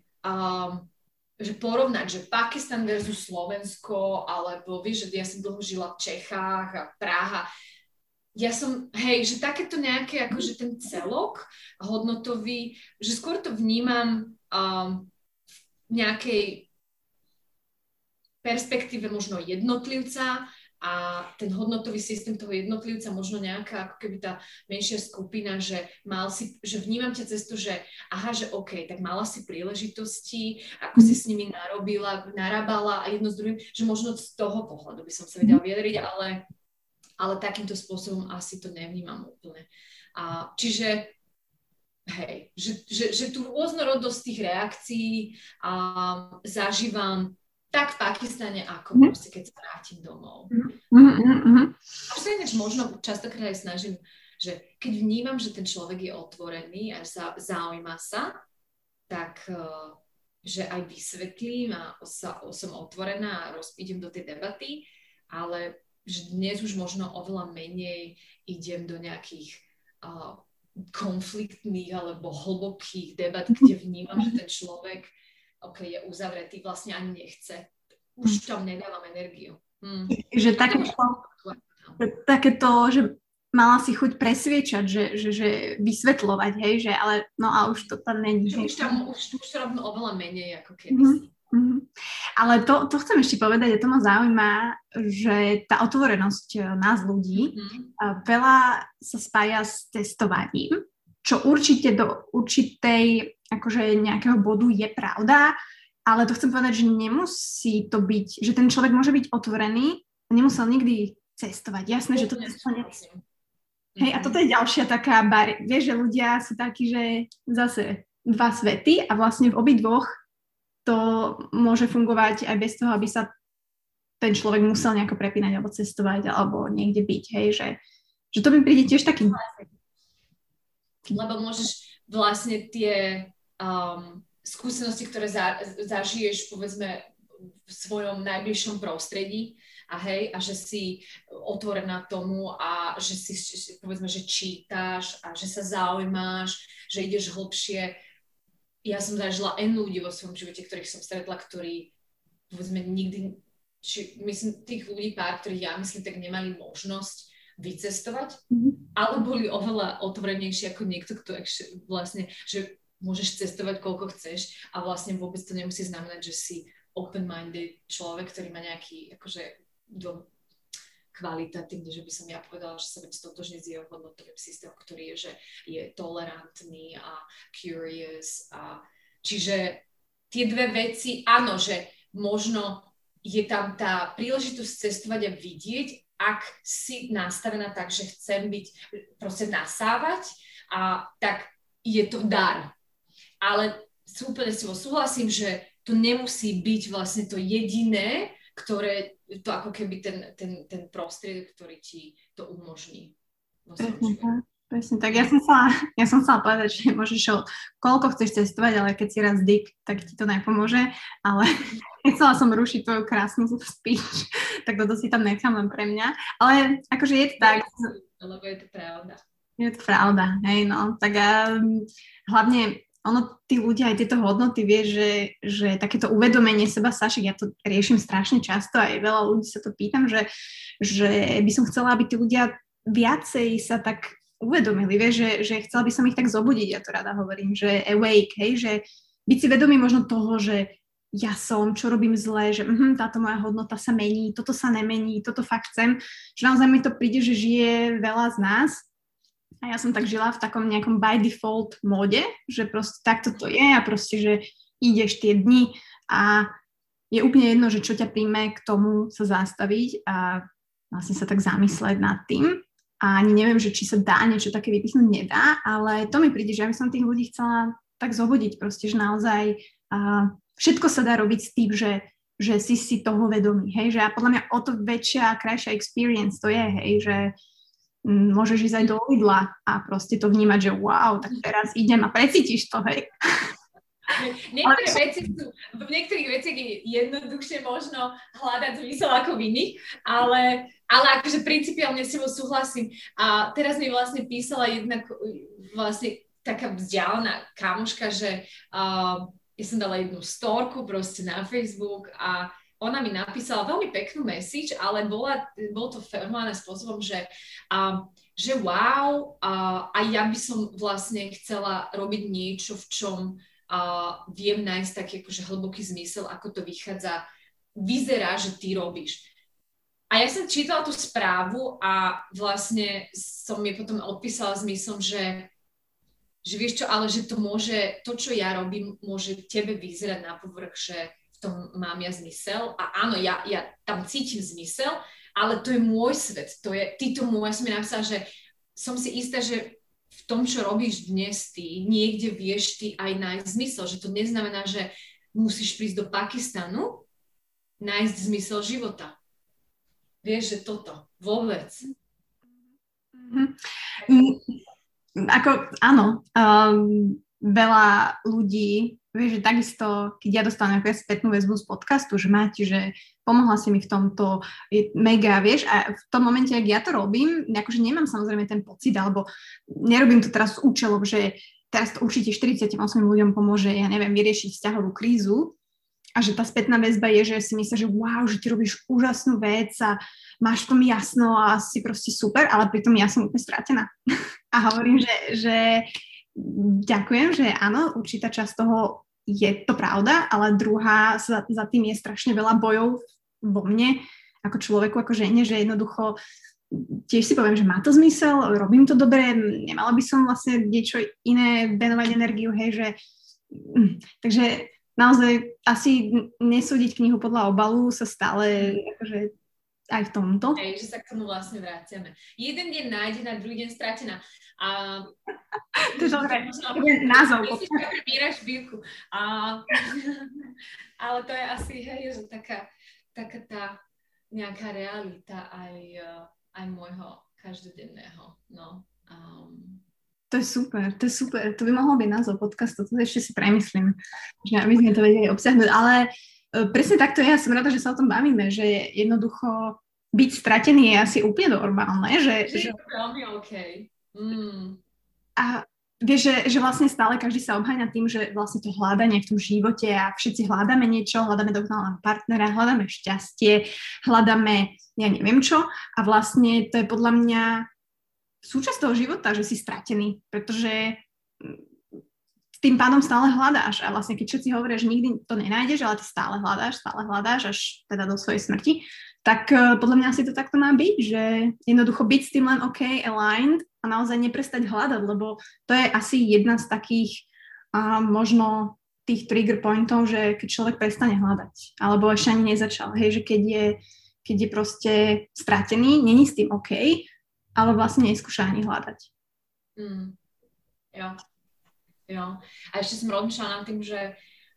Speaker 4: že porovnať, že Pakistan versus Slovensko, alebo vieš, že ja som dlho žila v Čechách a Praha. Ja som, že takéto nejaké, akože ten celok hodnotový, že skôr to vnímam v nejakej perspektíve možno jednotlivca, a ten hodnotový systém toho jednotlivca, možno nejaká ako keby tá menšia skupina, že vnímam ťa cez to, že aha, že OK, tak mala si príležitosti, ako si s nimi narábala a jedno s druhým, že možno z toho pohľadu by som sa vedela vyjadriť, ale takýmto spôsobom asi to nevnímam úplne. Čiže že tú rôznorodosť tých reakcií zažívam tak v Pakistane, ako proste, keď sa vrátim domov. A sa ináč možno častokrát aj snažím, že keď vnímam, že ten človek je otvorený a zaujíma sa, tak že aj vysvetlím a som otvorená a idem do tej debaty, ale že dnes už možno oveľa menej idem do nejakých konfliktných alebo hlbokých debat, kde vnímam, že ten človek je uzavretý, vlastne ani nechce. Už tam nedávam energiu.
Speaker 3: Že takéto, že mala si chuť presviečať, že vysvetľovať, hej, že ale no a už to tam není.
Speaker 4: Už to robím oveľa menej, ako keby.
Speaker 3: Ale to chcem ešte povedať, a to ma zaujíma, že tá otvorenosť nás ľudí veľa sa spája s testovaním, čo určite do určitej akože nejakého bodu je pravda, ale to chcem povedať, že nemusí to byť, že ten človek môže byť otvorený a nemusel nikdy cestovať. Jasné, že to cestovanie. Hej, a toto je ďalšia taká vieš, že ľudia sú takí, že zase dva svety a vlastne v obidvoch to môže fungovať aj bez toho, aby sa ten človek musel nejako prepínať alebo cestovať alebo niekde byť, hej, že to mi príde tiež takým.
Speaker 4: Lebo môžeš vlastne tie skúsenosti, ktoré zažiješ, povedzme, v svojom najbližšom prostredí a že si otvorená tomu a že si, povedzme, že čítaš a že sa zaujímáš, že ideš hlbšie. Ja som zažila ľudí vo svojom živote, ktorých som stretla, ktorí, povedzme, nikdy, myslím, tých ľudí pár, ktorých ja myslím, tak nemali možnosť vycestovať, ale boli oveľa otvorenejší ako niekto, kto vlastne, že môžeš cestovať koľko chceš a vlastne vôbec to nemusí znamenať, že si open-minded človek, ktorý má nejaký akože kvalitatívne, že by som ja povedala, že sa viem stotožniť s jeho hodnotovým systémom, ktorý je, že je tolerantný a curious. Čiže tie dve veci, áno, že možno je tam tá príležitosť cestovať a vidieť, ak si nastavená tak, že chcem byť, proste nasávať, tak je to dar. Ale úplne s tým súhlasím, že to nemusí byť vlastne to jediné, ktoré, to ako keby ten prostriedok, ktorý ti to umožní.
Speaker 3: Presne tak. Ja som chcela povedať, že môžeš koľko chceš cestovať, ale keď si raz dick, tak ti to nepomôže, ale nechcela som rušiť tvoju krásnu speech, tak toto si tam nechám len pre mňa, ale akože je to tak.
Speaker 4: Lebo je to pravda.
Speaker 3: Je to pravda, hej, no. Tak hlavne tí ľudia, aj tieto hodnoty, vie, že takéto uvedomenie seba, Sašik, ja to riešim strašne často, aj veľa ľudí sa to pýtam, že by som chcela, aby tí ľudia viacej sa tak uvedomili, vie, že chcela by som ich tak zobudiť, ja to rada hovorím, že awake, hej, že byť si vedomý možno toho, že ja som, čo robím zle, že táto moja hodnota sa mení, toto sa nemení, toto fakt chcem, že naozaj mi to príde, že žije veľa z nás. A ja som tak žila v takom nejakom by default móde, že proste takto to je a proste, že ideš tie dni a je úplne jedno, že čo ťa príjme k tomu sa zastaviť a vlastne sa tak zamysleť nad tým. A ani neviem, že či sa dá niečo také vypichnúť, nedá, ale to mi príde, že ja by som tých ľudí chcela tak zobudiť proste, že naozaj všetko sa dá robiť s tým, že si toho vedomý, hej, že a podľa mňa o to väčšia a krajšia experience to je, hej, že môžeš ísť aj do Lidla a proste to vnímať, že wow, tak teraz idem a precítiš to, hej.
Speaker 4: V niektorých veciach je jednoduchšie možno hľadať zmysel ako v iných, ale akože principiálne s tebou súhlasím. A teraz mi vlastne písala jedna vlastne taká vzdialená kamoška, že ja som dala jednu storku proste na Facebook a ona mi napísala veľmi peknú message, ale bolo to formulované spôsobom, že wow, a ja by som vlastne chcela robiť niečo, v čom viem nájsť taký akože hlboký zmysel, ako to vyzerá, že ty robíš. A ja som čítala tú správu a vlastne som mi potom odpísala zmyslom, že vieš čo, ale že to, čo ja robím, môže tebe vyzerať na povrch, že v tom mám ja zmysel. A áno, ja tam cítim zmysel, ale to je môj svet. Ty tomu, ja som mi napísala, že som si istá, že v tom, čo robíš dnes ty, niekde vieš ty aj nájsť zmysel. Že to neznamená, že musíš prísť do Pakistanu, nájsť zmysel života. Vieš, že toto. Vôbec.
Speaker 3: Áno. Veľa ľudí, vieš, že takisto, keď ja dostanem nejakú spätnú väzbu z podcastu, že máte, že pomohla si mi v tomto, je mega, vieš, a v tom momente, ak ja to robím, akože nemám samozrejme ten pocit, alebo nerobím to teraz s účelom, že teraz to určite 48 ľuďom pomôže, ja neviem, vyriešiť vzťahovú krízu a že tá spätná väzba je, že si myslím, že wow, že ty robíš úžasnú vec a máš v tom jasno a si proste super, ale pritom ja som úplne stratená. A hovorím, že ďakujem, že áno, určitá časť toho je to pravda, ale druhá za tým je strašne veľa bojov vo mne, ako človeku, ako žene, že jednoducho tiež si poviem, že má to zmysel, robím to dobre, nemala by som vlastne niečo iné venovať energiu, hej, že takže naozaj asi nesúdiť knihu podľa obalu sa stále akože aj v tomto.
Speaker 4: Hej, že sa k tomu vlastne vraciame. Jeden deň nájdená, druhý deň stratená.
Speaker 3: To je dobré. To je názov.
Speaker 4: Myslíš, že prebíraš šbírku. Ale to je asi, hej, že taká tá nejaká realita aj môjho každodenného. No.
Speaker 3: To je super. To by mohol byť názov podcastu. To ešte si premyslím, že aby sme to vedeli obsiahnuť. Ale presne takto je. Ja som rada, že sa o tom bavíme, že jednoducho byť stratený je asi úplne normálne. Že
Speaker 4: je to veľmi okej.
Speaker 3: A vieš, že vlastne stále každý sa obháňa tým, že vlastne to hľadanie v tom živote a všetci hľadáme niečo, hľadáme dokonalého partnera, hľadáme šťastie, hľadáme ja neviem čo a vlastne to je podľa mňa súčasť toho života, že si stratený, pretože tým pádom stále hľadáš a vlastne keď všetci hovoria, že nikdy to nenájdeš, ale ty stále hľadáš až teda do svojej smrti, tak podľa mňa asi to takto má byť, že jednoducho byť s tým len OK, aligned a naozaj neprestať hľadať, lebo to je asi jedna z takých možno tých trigger pointov, že keď človek prestane hľadať, alebo ešte ani nezačal, hej, že keď je proste stratený, není s tým OK, ale vlastne neskúša ani hľadať.
Speaker 4: Jo. A ešte som rozmýšľala nad tým, že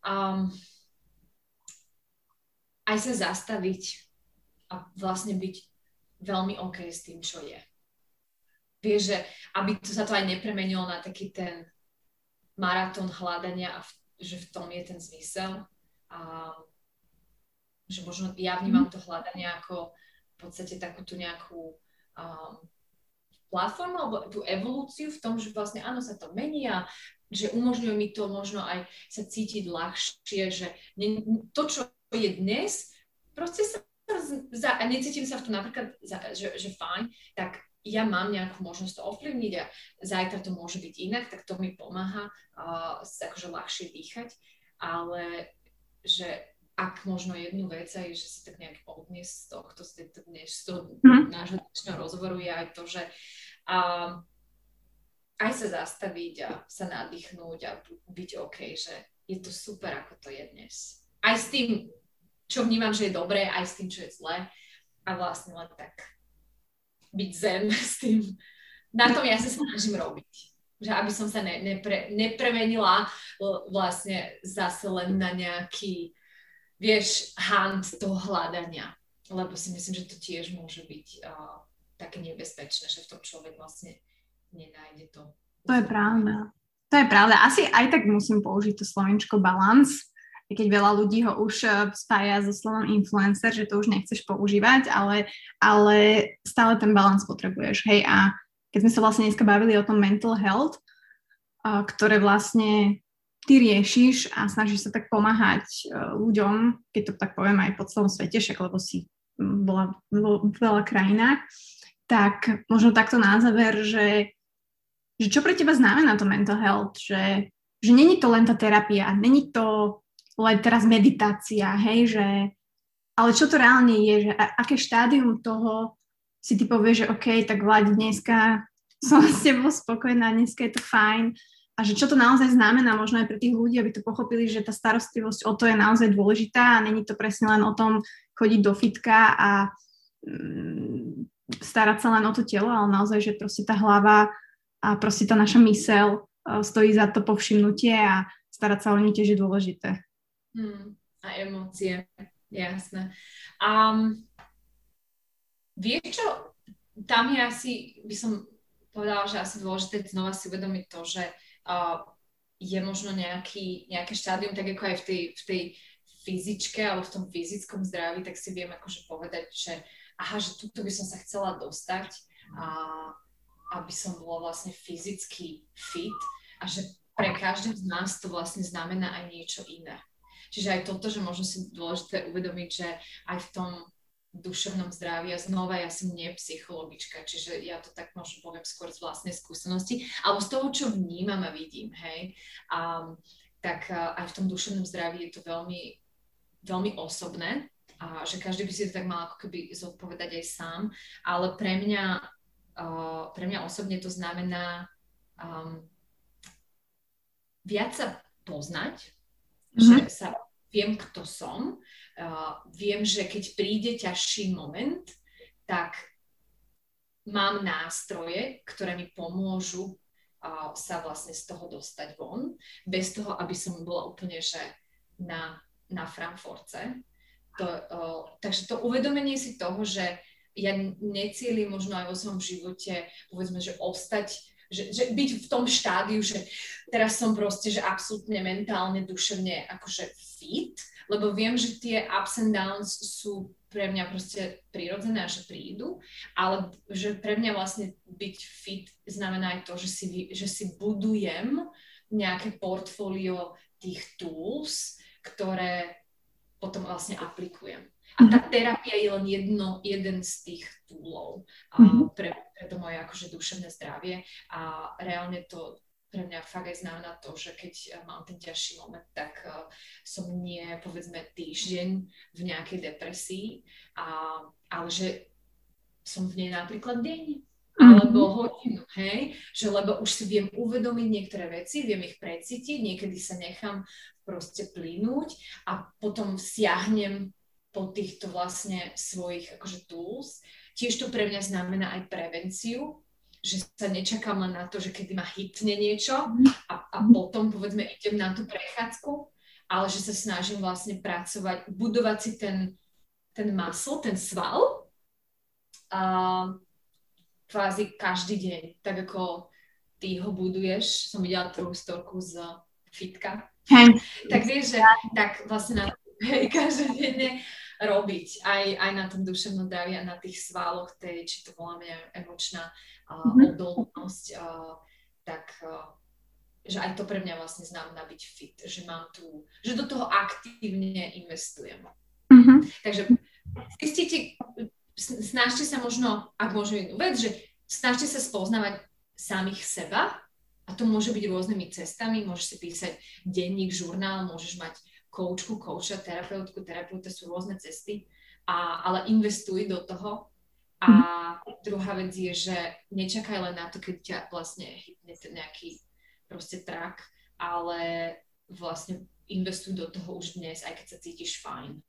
Speaker 4: aj sa zastaviť a vlastne byť veľmi OK s tým, čo je. Vieš, že aby sa to aj nepremenilo na taký ten maratón hľadania a že v tom je ten zmysel. A že možno ja vnímam to hľadanie ako v podstate takú tú nejakú platformu alebo tú evolúciu v tom, že vlastne áno, sa to mení a že umožňuje mi to možno aj sa cítiť ľahšie, že to, čo je dnes, proste a necítim sa v tom napríklad, že fajn, tak ja mám nejakú možnosť to ovplyvniť a zajtra to môže byť inak, tak to mi pomáha akože ľahšie dýchať, ale že ak možno jednu vec aj, že si tak nejak odniesť z toho nášho dnešného rozhovoru je aj to, že aj sa zastaviť a sa nadýchnúť a byť OK, že je to super, ako to je dnes. Aj s tým, čo vnímam, že je dobré, aj s tým, čo je zlé a vlastne len tak byť zen s tým. Na tom ja sa snažím robiť. Že aby som sa nepremenila vlastne zase len na nejaký, vieš, hunt toho hľadania. Lebo si myslím, že to tiež môže byť také nebezpečné, že v tom človek vlastne nenájde to.
Speaker 3: To je pravda. To je pravda. Asi aj tak musím použiť to slovíčko balans, keď veľa ľudí ho už spája so slovom influencer, že to už nechceš používať, ale stále ten balans potrebuješ. Hej, a keď sme sa vlastne dneska bavili o tom mental health, ktoré vlastne ty riešiš a snažíš sa tak pomáhať ľuďom, keď to tak poviem aj po celom svete, však lebo si bola v veľa krajinách, tak možno takto na záver, že čo pre teba znamená to mental health, že není to len tá terapia, není to len teraz meditácia, hej, že ale čo to reálne je, že aké štádium toho si ty povieš, že OK, tak Vlaď, dneska som s tebou spokojná, dneska je to fajn a že čo to naozaj znamená možno aj pre tých ľudí, aby to pochopili, že tá starostlivosť o to je naozaj dôležitá a není to presne len o tom chodiť do fitka a starať sa len o to telo, ale naozaj, že proste tá hlava a proste tá naša myseľ stojí za to povšimnutie a starať sa o ňu tiež je dôležité.
Speaker 4: A emócie, jasné. Vieš čo, tam je asi, by som povedala, že asi dôležité znova si uvedomiť to, že je možno nejaké štádium, tak ako aj v tej fyzičke alebo v tom fyzickom zdraví, tak si viem akože povedať, že že tuto by som sa chcela dostať aby som bola vlastne fyzicky fit a že pre každého z nás to vlastne znamená aj niečo iné. Čiže aj toto, že možno si dôležité uvedomiť, že aj v tom duševnom zdraví a znova ja som nie psychologička, čiže ja to tak možno poviem skôr z vlastnej skúsenosti, alebo z toho, čo vnímam a vidím, hej. Tak aj v tom duševnom zdraví je to veľmi, veľmi osobné a že každý by si to tak mal ako keby zodpovedať aj sám, ale pre mňa osobne to znamená viac sa poznať, že sa viem, kto som, viem, že keď príde ťažší moment, tak mám nástroje, ktoré mi pomôžu sa vlastne z toho dostať von, bez toho, aby som bola úplne, že na Frankfurtce. Takže to uvedomenie si toho, že ja necielim možno aj vo svojom živote, povedzme, že ostať, že byť v tom štádiu, že teraz som proste, že absolútne mentálne, duševne akože fit, lebo viem, že tie ups and downs sú pre mňa proste prirodzené a že prídu, ale že pre mňa vlastne byť fit znamená aj to, že si budujem nejaké portfólio tých tools, ktoré potom vlastne aplikujem. A tá terapia je len jeden z tých túlov pre to moje akože duševné zdravie a reálne to pre mňa fakt aj znamená to, že keď mám ten ťažší moment, tak som nie, povedzme, týždeň v nejakej depresii, ale že som v nej napríklad deň alebo hodinu, hej? Že lebo už si viem uvedomiť niektoré veci, viem ich precítiť, niekedy sa nechám proste plynúť a potom siahnem po týchto vlastne svojich akože tools. Tiež to pre mňa znamená aj prevenciu, že sa nečakám len na to, že kedy ma hitne niečo a potom povedzme idem na tú prechádzku, ale že sa snažím vlastne pracovať, budovať si ten muscle, ten sval kvázi každý deň, tak ako ty ho buduješ. Som videla tvoju storku z fitka. Tak vieš, že tak vlastne každodenne robiť aj na tom duševnom zdraví a na tých svaloch, či to voláme emočná odolnosť, tak že aj to pre mňa vlastne znamená byť fit, že do toho aktívne investujem. Takže zistite, snažte sa možno, ak môžem jednu vec, že snažte sa spoznávať samých seba a to môže byť rôznymi cestami, môžeš si písať denník, žurnál, môžeš mať kouča, terapeuta sú rôzne cesty, ale investuj do toho. A druhá vec je, že nečakaj len na to, keď ťa vlastne hitne ten nejaký proste trak, ale vlastne investuj do toho už dnes, aj keď sa cítiš fajn.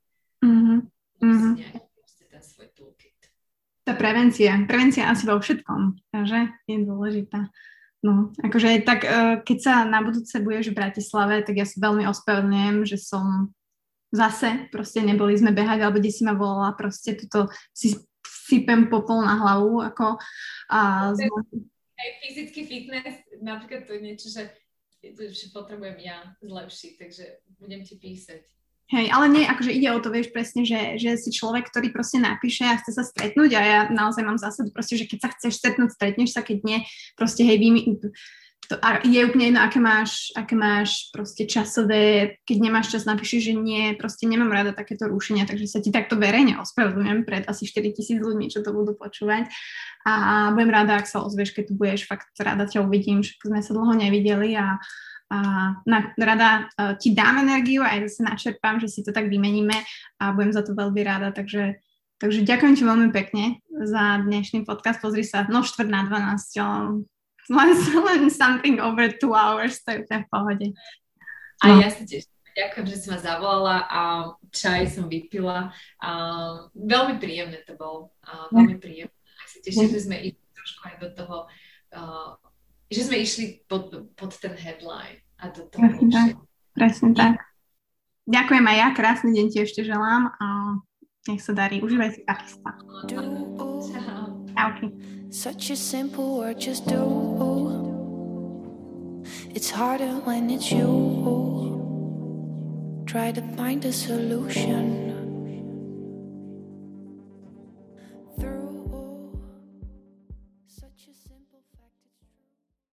Speaker 4: Proste ten svoj toolkit.
Speaker 3: Tá prevencia asi vo všetkom, že je dôležitá. No, akože tak, keď sa na budúce budeš v Bratislave, tak ja sa veľmi ospravedlňujem, že som zase, proste neboli sme behať, alebo kde si ma volala, proste tuto si sypem popol na hlavu, ako
Speaker 4: aj fyzický fitness, napríklad to je niečo, že potrebujem ja zlepšiť, takže budem ti písať.
Speaker 3: Hej, ale nie, akože ide o to, vieš presne, že si človek, ktorý proste napíše a chce sa stretnúť a ja naozaj mám zásadu proste, že keď sa chceš stretnúť, stretneš sa, keď nie, proste hej, a je úplne jedno, aké máš proste časové, keď nemáš čas, napíšeš, že nie, proste nemám rada takéto rušenia, takže sa ti takto verejne ospravedlňujem pred asi 4000 ľuďmi, čo to budú počúvať a budem rada, ak sa ozvieš, keď tu budeš, fakt rada ťa uvidím, že sme sa dlho nevideli a rada ti dám energiu a aj zase načerpám, že si to tak vymeníme a budem za to veľmi rada, takže ďakujem ti veľmi pekne za dnešný podcast, pozri sa, 11:45, len something over 2 hours, to je v pohode.
Speaker 4: A ja sa tiež ďakujem, že si ma zavolala a čaj som vypila. Veľmi príjemné to bolo, veľmi príjemné. A sa teším, že sme išli trošku aj do toho, že sme išli pod ten headline a do toho.
Speaker 3: Presne tak. Ďakujem aj ja, krásny deň ti ešte želám a nech sa darí. Užívaj si Pakistan. Čauky.
Speaker 1: Such a simple word, just do. It's harder when it's you. Try to find a solution.